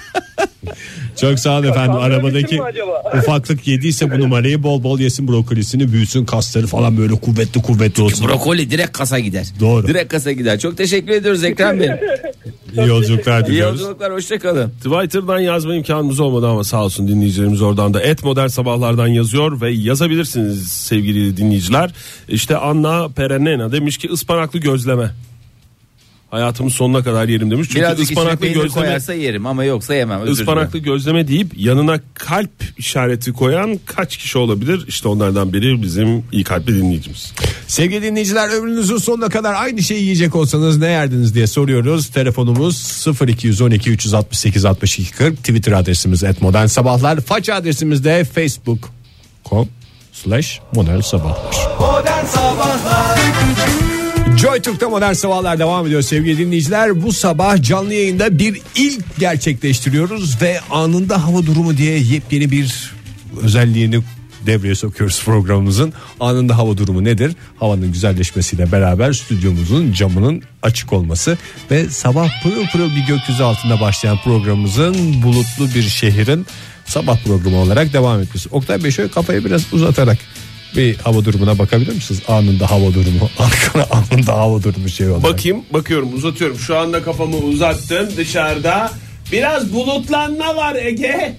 Çok sağ olun efendim. Kandırabilir Arabadaki mi acaba? ufaklık yediyse bu numarayı bol bol yesin, brokolisini büyüsün, kasları falan böyle kuvvetli kuvvetli olsun. Brokoli direkt kasa gider. Doğru. Direkt kasa gider. Çok teşekkür ediyoruz Ekrem Bey. İyi yolculuklar İyi diliyoruz. yolculuklar. Hoşçakalın. Twitter'dan yazma imkanımız olmadı ama sağ olsun dinleyicilerimiz oradan da et modern sabahlardan yazıyor ve yazabilirsiniz sevgili dinleyiciler. İşte Anna Perenena demiş ki ıspanaklı gözleme. Hayatımın sonuna kadar yerim demiş. Çünkü Birazcık içine ıspanaklı peynir gözleme, koyarsa yerim ama yoksa yemem. Özür ıspanaklı dilerim. gözleme deyip yanına kalp işareti koyan kaç kişi olabilir? İşte onlardan biri bizim iyi kalpli dinleyicimiz. Sevgili dinleyiciler, ömrünüzün sonuna kadar aynı şeyi yiyecek olsanız ne yerdiniz diye soruyoruz. Telefonumuz sıfır iki on iki üç altı sekiz altmış iki kırk, Twitter adresimiz et modern sabahlar, faç adresimiz de facebook nokta com slash modern sabahlar. Modern Sabahlar Joy Türk'te modern sabahlar devam ediyor sevgili dinleyiciler. Bu sabah canlı yayında bir ilk gerçekleştiriyoruz ve anında hava durumu diye yepyeni bir özelliğini devreye sokuyoruz programımızın. Anında hava durumu nedir? Havanın güzelleşmesiyle beraber stüdyomuzun camının açık olması ve sabah pırıl pırıl bir gökyüzü altında başlayan programımızın bulutlu bir şehrin sabah programı olarak devam etmesi. Oktay Bey şöyle kafayı biraz uzatarak bir hava durumuna bakabilir misiniz? Anında hava durumu. Ankara anında hava durumu şey olarak. Bakayım, bakıyorum, uzatıyorum. Şu anda kafamı uzattım, dışarıda biraz bulutlanma var Ege.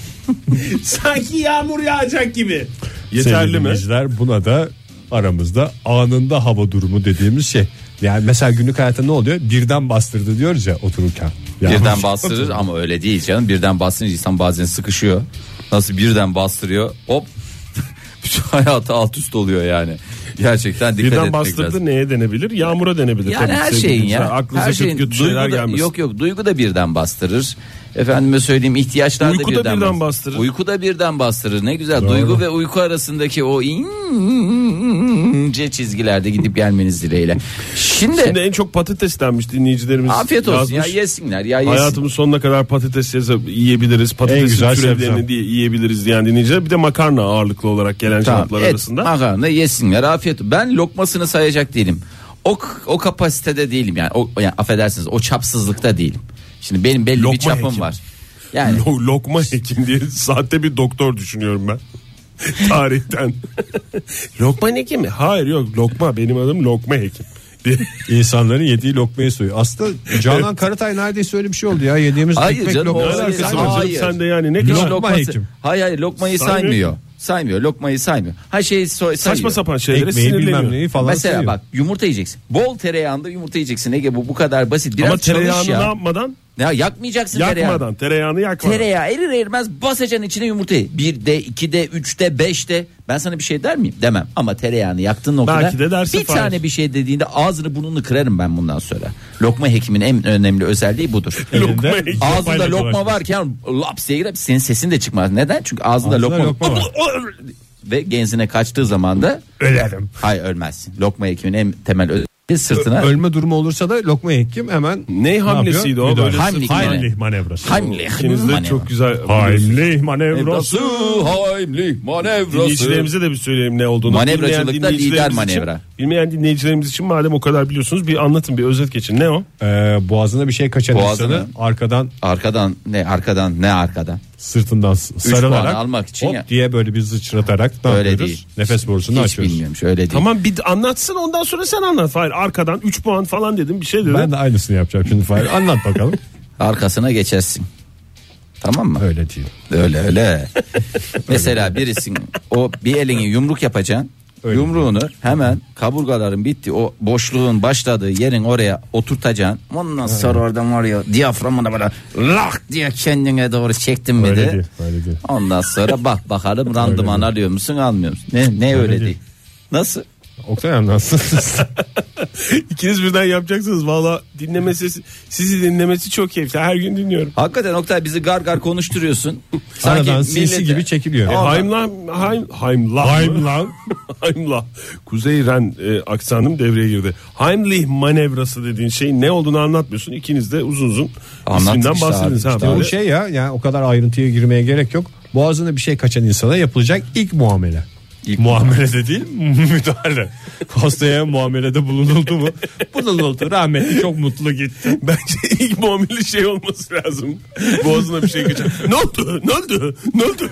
Sanki yağmur yağacak gibi. Yeterli Sevgili mi? dinleyiciler, buna da aramızda anında hava durumu dediğimiz şey. Yani mesela günlük hayatta ne oluyor? Birden bastırdı diyoruz ya otururken. Yani Birden bastırır ama öyle değil canım. Birden bastırınca insan bazen sıkışıyor. Nasıl birden bastırıyor? Hop. Bütün hayatı alt üst oluyor yani. Gerçekten dikkat Birden etmek bastırdı lazım. neye denebilir? Yağmura denebilir. Yani Tabii her sevgili şeyin dinleyiciler. ya. Aklınıza her kötü şeyin kötü şeyler duygu da- gelmesin. Yok yok duygu da birden bastırır. Efendime söyleyeyim ihtiyaçlar da Uyku da birden, birden bastırır. bastırır. Uyku da birden bastırır. Ne güzel. Duygu ve uyku arasındaki o ince çizgilerde gidip gelmeniz dileğiyle. Şimdi, Şimdi en çok patates denmiş dinleyicilerimiz. afiyet olsun yazmış. ya, yesinler ya yesin. Hayatımın sonuna kadar patates yazıp yiyebiliriz. En Patatesin güzel türevlerini sebze. diye yiyebiliriz diyen dinleyiciler. Bir de makarna ağırlıklı olarak gelen cevaplar et, arasında. makarna yesinler, afiyet olsun. Ben lokmasını sayacak değilim. O o kapasitede değilim yani. O yani affedersiniz, o çapsızlıkta değilim. Şimdi benim belli Lokma bir çapım hekim. var. Yani Lo- lokma hekim diye sahte bir doktor düşünüyorum ben. Tarihten. Lokma hekimi? Hayır yok, lokma, benim adım lokma hekim. diye. İnsanların yediği lokmayı soyuyor. Aslında Canan Karatay neredeyse öyle bir şey oldu ya. Yediğimiz Hayır ekmek canım, lokması. o öyle- Alakası Hayır. var canım, sen de yani ne Hiç kadar Lokma lokması- hekim. Hayır hayır lokmayı Saymıyor saymıyor. ki. Saymıyor. Lokmayı saymıyor. Ha şey soy, saçma sayıyor. sapan şeylere Ekmeği bilmem sinirleniyor. neyi falan Mesela sayıyor. bak, yumurta yiyeceksin. Bol tereyağında yumurta yiyeceksin. Ege, bu bu kadar basit. Biraz Ama çalış tereyağını ya. ne yapmadan? Ya yakmayacaksın tereyağı. Yakmadan, tereyağını yakmadan. Tereyağı erir erimez basacaksın içine yumurtayı. birde, ikide, üçte, beşte. Ben sana bir şey der miyim? Demem. Ama tereyağını yaktığın noktada Belki de dersin, bir Fahir. tane bir şey dediğinde ağzını burnunu kırarım ben bundan sonra. Lokma hekimin en önemli özelliği budur. Lokma Elinde hekim. Ağzında Lokmayla lokma dolaşmış. varken laps diye girer, senin sesin de çıkmaz. Neden? Çünkü ağzında Ağzında lokma, lokma var. ve genzine kaçtığı zaman da Ölerim. hayır ölmezsin. Lokma hekimin en temel özelliği sırtına Ölme durumu olursa da lokma hekim hemen Ne hamlesiydi yapıyor? o? Müdahale. Böyle Heimlich sırtına- Heimlich manevrası. Heimlich İkiniz de manevra. çok güzel. Heimlich manevrası. Heimlich manevrası. Dinleyicilerimize de bir söyleyeyim ne olduğunu. Manevracılıkta Bilmeyen lider dinleyicilerimiz manevra. Için, bilmeyen dinleyicilerimiz için madem o kadar biliyorsunuz bir anlatın, bir özet geçin. Ne o? Ee, boğazına bir şey kaçan Boğazına. insanı arkadan Arkadan ne arkadan ne arkadan. sırtından s- sarılarak puan almak için hop ya. diye böyle bir sıçratarak ne Öyle yapıyoruz? değil. Nefes borusunu Hiç açıyoruz. bilmiyorum şöyle değil. Tamam bir anlatsın, ondan sonra sen anlat. Hayır, arkadan üç puan falan dedim, bir şey dedim. Ben de aynısını yapacağım şimdi Fahir. Anlat bakalım. Arkasına geçersin. Tamam mı? Öyle değil. Öyle öyle. Mesela birisin o bir elini yumruk yapacaksın. Öyle. Yumruğunu hemen kaburgaların bitti o boşluğun başladığı yerin oraya oturtacaksın. Ondan sonra oradan var ya diyaframına böyle lak diye kendine doğru çektin mi Öyle de. değil. Öyle değil. Ondan sonra bak bakalım randıman değil. alıyor musun almıyor musun? Ne ne öyle, değil. değil. Nasıl? Oktay anlatsın. İkiniz birden yapacaksınız. Valla dinlemesi, sizi dinlemesi çok keyifli. Her gün dinliyorum. Hakikaten Oktay bizi gar gar konuşturuyorsun. Aradan sinsi millete- gibi çekiliyor. E, Heimlah, Heim, Heimlah, Heimlah. Heimlah. Kuzey Ren e, aksanım devreye girdi. Heimlich manevrası dediğin şeyin ne olduğunu anlatmıyorsun. İkiniz de uzun uzun Anlattık isminden işte bahsediniz. abi, Ha, işte böyle. Bu şey ya yani o kadar ayrıntıya girmeye gerek yok. Boğazına bir şey kaçan insana yapılacak ilk muamele. İlk muamele de değil müdahale. Hastaya muamelede bulunuldu mu? Bulunuldu. Rahmetli çok mutlu gitti. Bence ilk muamele şey olması lazım. Boğazına bir şey kaçar. Ne oldu? Ne oldu? Ne oldu?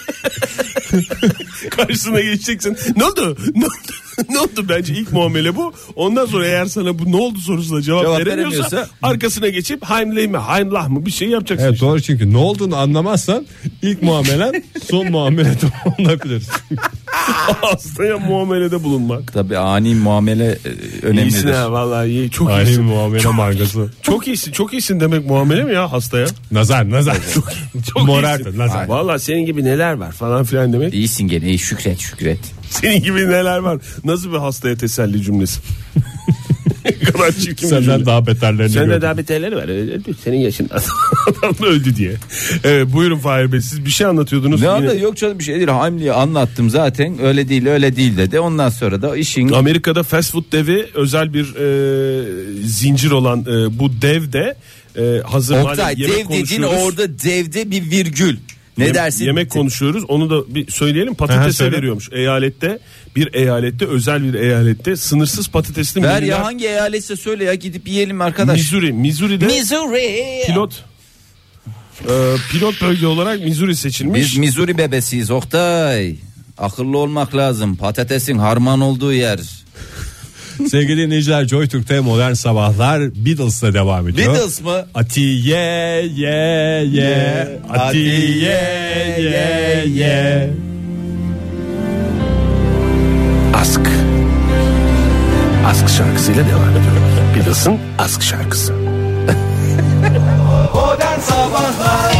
Karşısına geçeceksin. Ne oldu? Ne oldu? Ne oldu? Bence ilk muamele bu. Ondan sonra eğer sana bu ne oldu sorusuna cevap, Cevap veremiyorsa, veremiyorsa- arkasına geçip Heimlich mi Heimlah mı bir şey yapacaksın. Evet işte. doğru çünkü ne olduğunu anlamazsan ilk muamelen son muamelede olabilir. Hastaya muamelede bulunmak. Tabii ani muamele e, önemlidir. İyisin ha vallahi iyi. Çok Aynı iyisin. muamele margası. Çok iyisin. Çok iyisin demek muamele mi ya hastaya? Nazar nazar. Çok Morartın iyisin. nazar. Vallahi senin gibi neler var falan filan demek. İyisin gene iyi şükret şükret. Senin gibi neler var. Nasıl bir hastaya teselli cümlesi? Ne kadar çirkin bir Senden cümle. daha beterlerini Sende gördüm. daha beterleri var. Öldü. Senin yaşında adam da öldü diye. Evet buyurun Fahir Bey, siz bir şey anlatıyordunuz. Ne Yine- anda yok canım bir şey değil. Heimlich'i anlattım zaten. Öyle değil öyle değil dedi. Ondan sonra da işin Amerika'da fast food devi özel bir e, zincir olan e, bu dev de e, hazır Oktay madem yemek dev dediğin konuşuyoruz. orada devde bir virgül. Ne Yem- dersin? Yemek konuşuyoruz. Onu da bir söyleyelim. Aha, Patatese söyle. veriyormuş. Eyalette bir eyalette özel bir eyalette sınırsız patatesli Ver menüler. ya hangi eyaletse söyle ya gidip yiyelim arkadaş. Missouri. Missouri'de Missouri. pilot e, pilot bölge olarak Missouri seçilmiş. Biz Missouri bebesiyiz Oktay. Akıllı olmak lazım. Patatesin harman olduğu yer. Sevgili dinleyiciler Joy Türk'te modern sabahlar Beatles'la devam ediyor. Beatles mı? Atiye ye ye Atiye ye ye. Ask. Ask şarkısıyla devam ediyor. Beatles'ın Ask şarkısı. Modern Sabahlar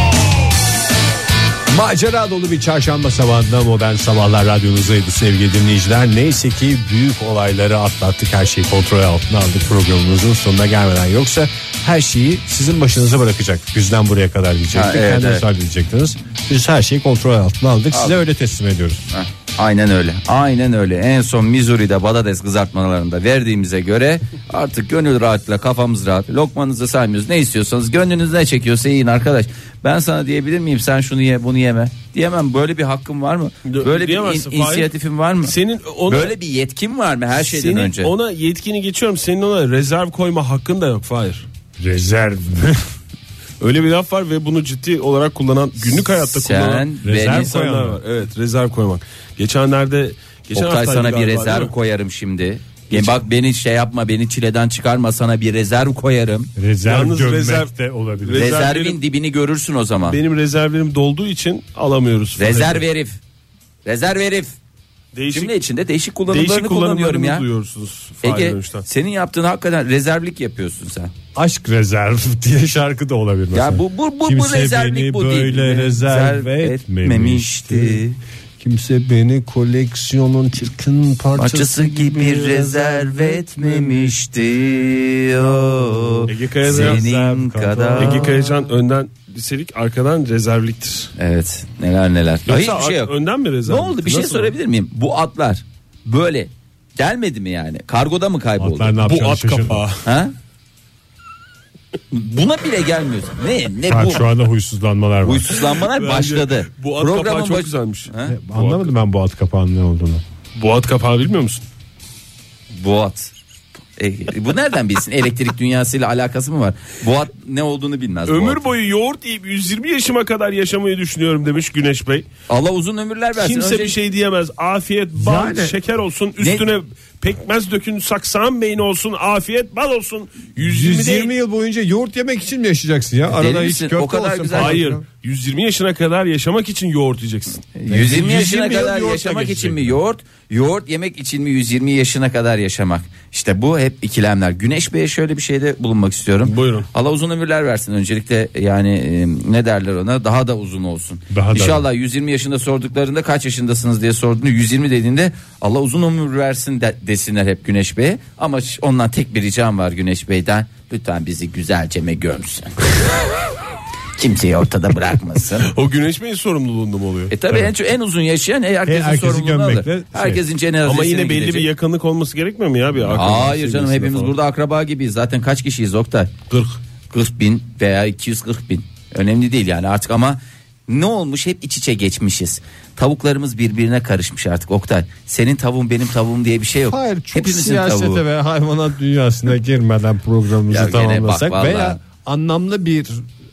Macera dolu bir çarşamba sabahında modern sabahlar radyonuzdaydı sevgili dinleyiciler. Neyse ki büyük olayları atlattık, her şeyi kontrol altına aldık programımızın sonuna gelmeden. Yoksa her şeyi sizin başınıza bırakacak. Bizden buraya kadar diyecektik. Ha, evet, Kendiniz evet. halledecektiniz. Biz her şeyi kontrol altına aldık. Size öyle teslim ediyoruz. Heh, aynen öyle. Aynen öyle. En son Missouri'de patates kızartmalarında verdiğimize göre artık gönül rahatıyla kafamız rahat. Lokmanızı saymıyoruz. Ne istiyorsanız gönlünüz ne çekiyorsa yiyin arkadaş. Ben sana diyebilir miyim sen şunu ye bunu yeme? Diyemem. Böyle bir hakkım var mı? Böyle bir Diyemezsin, in- Fahir. inisiyatifim var mı? Senin ona Böyle bir yetkin var mı her şeyden senin önce? ona yetkini geçiyorum. Senin ona rezerv koyma hakkın da yok Fahir. Rezerv. Öyle bir laf var ve bunu ciddi olarak kullanan, günlük hayatta Sen kullanan rezerv insanlar koyan var. Evet, rezerv koymak. Geçenlerde geçen Oktay haftaydı sana bir galiba, rezerv değil mi? koyarım şimdi. Ya bak beni şey yapma, beni çileden çıkarma, sana bir rezerv koyarım. Rezerv Yalnız gömmek rezerv- de olabilir. Rezervlerim- Rezervin dibini görürsün o zaman. Benim rezervlerim dolduğu için alamıyoruz. Rezerv herif. Rezerv herif. Değişik, Cümle içinde değişik kullanımlarını değişik kullanıyorum kullanımlarını ya. duyuyorsunuz. Fahir Ege Öğünç'ten. senin yaptığın hakikaten rezervlik yapıyorsun sen. Aşk rezerv diye şarkı da olabilir mesela. Ya bu bu bu, bu Kimse rezervlik beni bu böyle değil. rezerv etmemişti. Kimse beni koleksiyonun çirkin parçası, Parçası gibi rezerv etmemişti. O, Ege Kayacan, senin kadar. Ege Kayacan önden liselik, arkadan rezervliktir. Evet, neler neler. Ya Yoksa hiçbir şey yok. önden mi Ne rezervlik? oldu, bir şey Nasıl sorabilir miyim? Bu atlar böyle gelmedi mi yani? Kargoda mı kayboldu? Atlar ne Bu yapacağını at şaşırdım. kapağı. Ha? Buna bile gelmiyorsun. Ne ne Bak, bu? şu anda huysuzlanmalar var. Huysuzlanmalar Bence başladı. bu at kapağı çok baş- güzelmiş. Ha? Anlamadım ben bu at kapağının ne olduğunu. Bu at kapağı bilmiyor musun? Boğat. E, bu nereden bilsin? Elektrik dünyasıyla alakası mı var? Boğat ne olduğunu bilmez. Ömür Boğat. boyu yoğurt yiyip yüz yirmi yaşıma kadar yaşamayı düşünüyorum demiş Güneş Bey. Allah uzun ömürler versin. Kimse Önce- bir şey diyemez. Afiyet, bal, Yani- şeker olsun. Üstüne pekmez dökün, saksağın beyni olsun. Afiyet, bal olsun. yüz yirmi, yüz yirmi değil. yıl boyunca yoğurt yemek için mi yaşayacaksın ya? Arada Deli hiç misin? köfte O kadar olsun. güzel. falan Hayır. filan. yüz yirmi yaşına kadar yaşamak için yoğurt yiyeceksin. yüz yirmi yaşına yüz yirmi yıl kadar yoğurtla yaşamak geçecek. için mi yoğurt? Yoğurt yemek için mi yüz yirmi yaşına kadar yaşamak? İşte bu hep ikilemler. Güneş Bey'e şöyle bir şeyde bulunmak istiyorum. Buyurun. Allah uzun ömürler versin. Öncelikle yani e, ne derler ona? Daha da uzun olsun. Daha da- İnşallah yüz yirmi yaşında sorduklarında kaç yaşındasınız diye sorduğunda yüz yirmi dediğinde Allah uzun ömür versin de, desinler hep Güneş Bey'e. Ama ş- ondan tek bir ricam var Güneş Bey'den. Lütfen bizi güzelce gömsün. Kimseyi ortada bırakmasın. O Güneş Bey'in sorumluluğunda mı oluyor? E tabii en, en uzun yaşayan e, herkesin Herkesi sorumluluğunu alır. gömmekle şey. Herkesin cenazesine Ama yine belli gidecek. bir yakınlık olması gerekmiyor mu ya? Bir akraba Hayır canım, seviyesinde hepimiz falan? burada akraba gibiyiz. Zaten kaç kişiyiz Oktay? kırk. kırk bin veya iki yüz kırk bin. Önemli değil yani artık, ama ne olmuş, hep iç içe geçmişiz. Tavuklarımız birbirine karışmış artık Oktay. Senin tavuğun benim tavuğum diye bir şey yok. Hayır, çok Hepimizin siyasete tavuğu. ve hayvanat dünyasına girmeden programımızı Ya gene tamamlasak bak, veya vallahi. anlamlı bir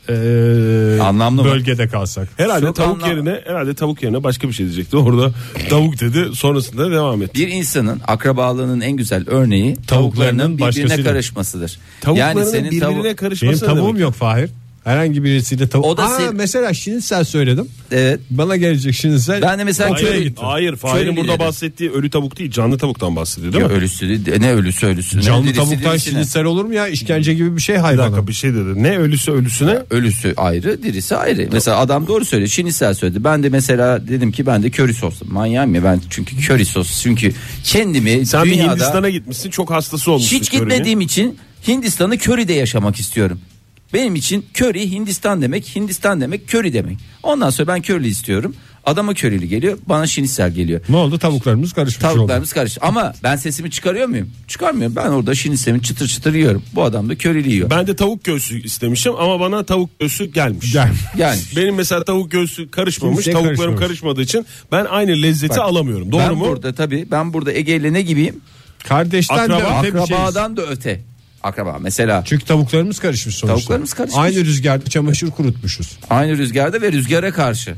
e, Anlamlı mı? bölgede kalsak. Herhalde Çok tavuk anlam- yerine herhalde tavuk yerine başka bir şey diyecekti. Orada tavuk dedi, sonrasında devam etti. Bir insanın akrabalığının en güzel örneği tavuklarının birbirine başkasıyla. karışmasıdır. Tavuklarının yani senin birbirine tavu- Benim karışması ne tavuğum demek? yok Fahir. Herhangi birisiyle tavuk. O da Aa, sen- mesela şinisel söyledim. Evet. Bana gelecek şinisel. Ben de mesela Okey'e köy- gittim. Hayır, Fahir'in Şöyle burada dedim. bahsettiği ölü tavuk değil, canlı tavuktan bahsediyor değil Ya mi? ölüsü değil, ne ölüsü ölüsü. ne Canlı dirisi tavuktan dirisine. şinisel olur mu ya? İşkence gibi bir şey Bir hayvana. dakika, bir şey dedi. Ne ölüsü ölüsüne? Ölüsü ayrı, dirisi ayrı. Mesela adam doğru söylüyor. Şinisel söyledi. Ben de mesela dedim ki ben de köri sos. Manyağım ya ben, çünkü köri sos. Çünkü kendimi Sen bir dünyada Hindistan'a gitmişsin, çok hastası olmuşsun. hiç körünün. gitmediğim için Hindistan'ı köri'de yaşamak istiyorum. Benim için köri Hindistan demek, Hindistan demek köri demek. Ondan sonra ben körili istiyorum. Adama körili geliyor, bana şinisel geliyor. Ne oldu? Tavuklarımız karışmış Tavuklarımız karıştı. Ama ben sesimi çıkarıyor muyum? Çıkarmıyorum. Ben orada şiniselimi çıtır çıtır yiyorum. Bu adam da körili yiyor. Ben de tavuk göğsü istemişim ama bana tavuk göğsü gelmiş. Gel. Yani Benim mesela tavuk göğsü karışmamış, Kimseye tavuklarım karışmamış. karışmadığı için ben aynı lezzeti Bak, alamıyorum. Doğru ben mu? burada tabii ben burada Ege ile ne gibiyim? Kardeşten Akraba- de öte bir şeyiz. Akrabadan da öte. Akraba mesela Çünkü tavuklarımız karışmış sonuçta. Tavuklarımız karışmış. Aynı rüzgarda çamaşır kurutmuşuz. aynı rüzgarda ve rüzgara karşı.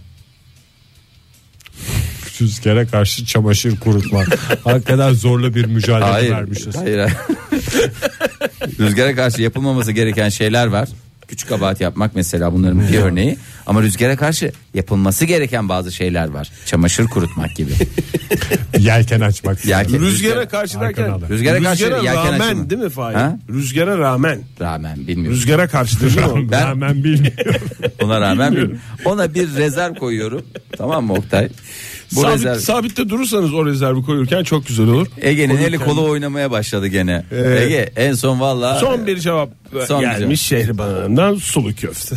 Rüzgara karşı çamaşır kurutma. Hakikaten zorlu bir mücadele Hayır. vermişiz. Hayır. hayır. Rüzgara karşı yapılmaması gereken şeyler var. Küçük kabahat yapmak mesela bunların bir örneği. Ama rüzgara karşı yapılması gereken bazı şeyler var. Çamaşır kurutmak gibi. Yelken açmak. Yelken- Rüzgara karşı derken Arkana da. Rüzgara karşı yelken rağmen açımı. değil mi Fahir? Ha? Rüzgara rağmen. Rağmen bilmiyorum. Rüzgara karşı değil mi? Ben- Hemen bilmiyorum. Ona rağmen bilmiyorum. Ona bir rezerv koyuyorum. Tamam mı Oktay? Bu Sabit, rezerv. sabitte durursanız o rezervi koyurken çok güzel olur. Ege'nin eli Koyurken- kolu oynamaya başladı gene. Ege en son valla. Son bir cevap Son bir gelmiş Şehriban Hanım'dan, sulu köfte.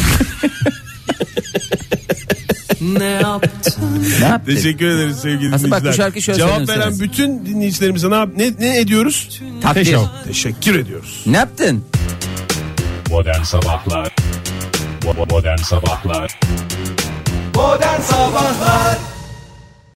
Ne yaptın? Teşekkür ederiz sevgili Aslında bak, bu dinleyiciler. şarkıyı şöyle Cevap söyleseniz. veren bütün dinleyicilerimize ne, yap- ne, ne ediyoruz? Takdir. Teşekkür. Teşekkür ediyoruz. Ne yaptın? Modern Sabahlar Bo- Modern Sabahlar Modern Sabahlar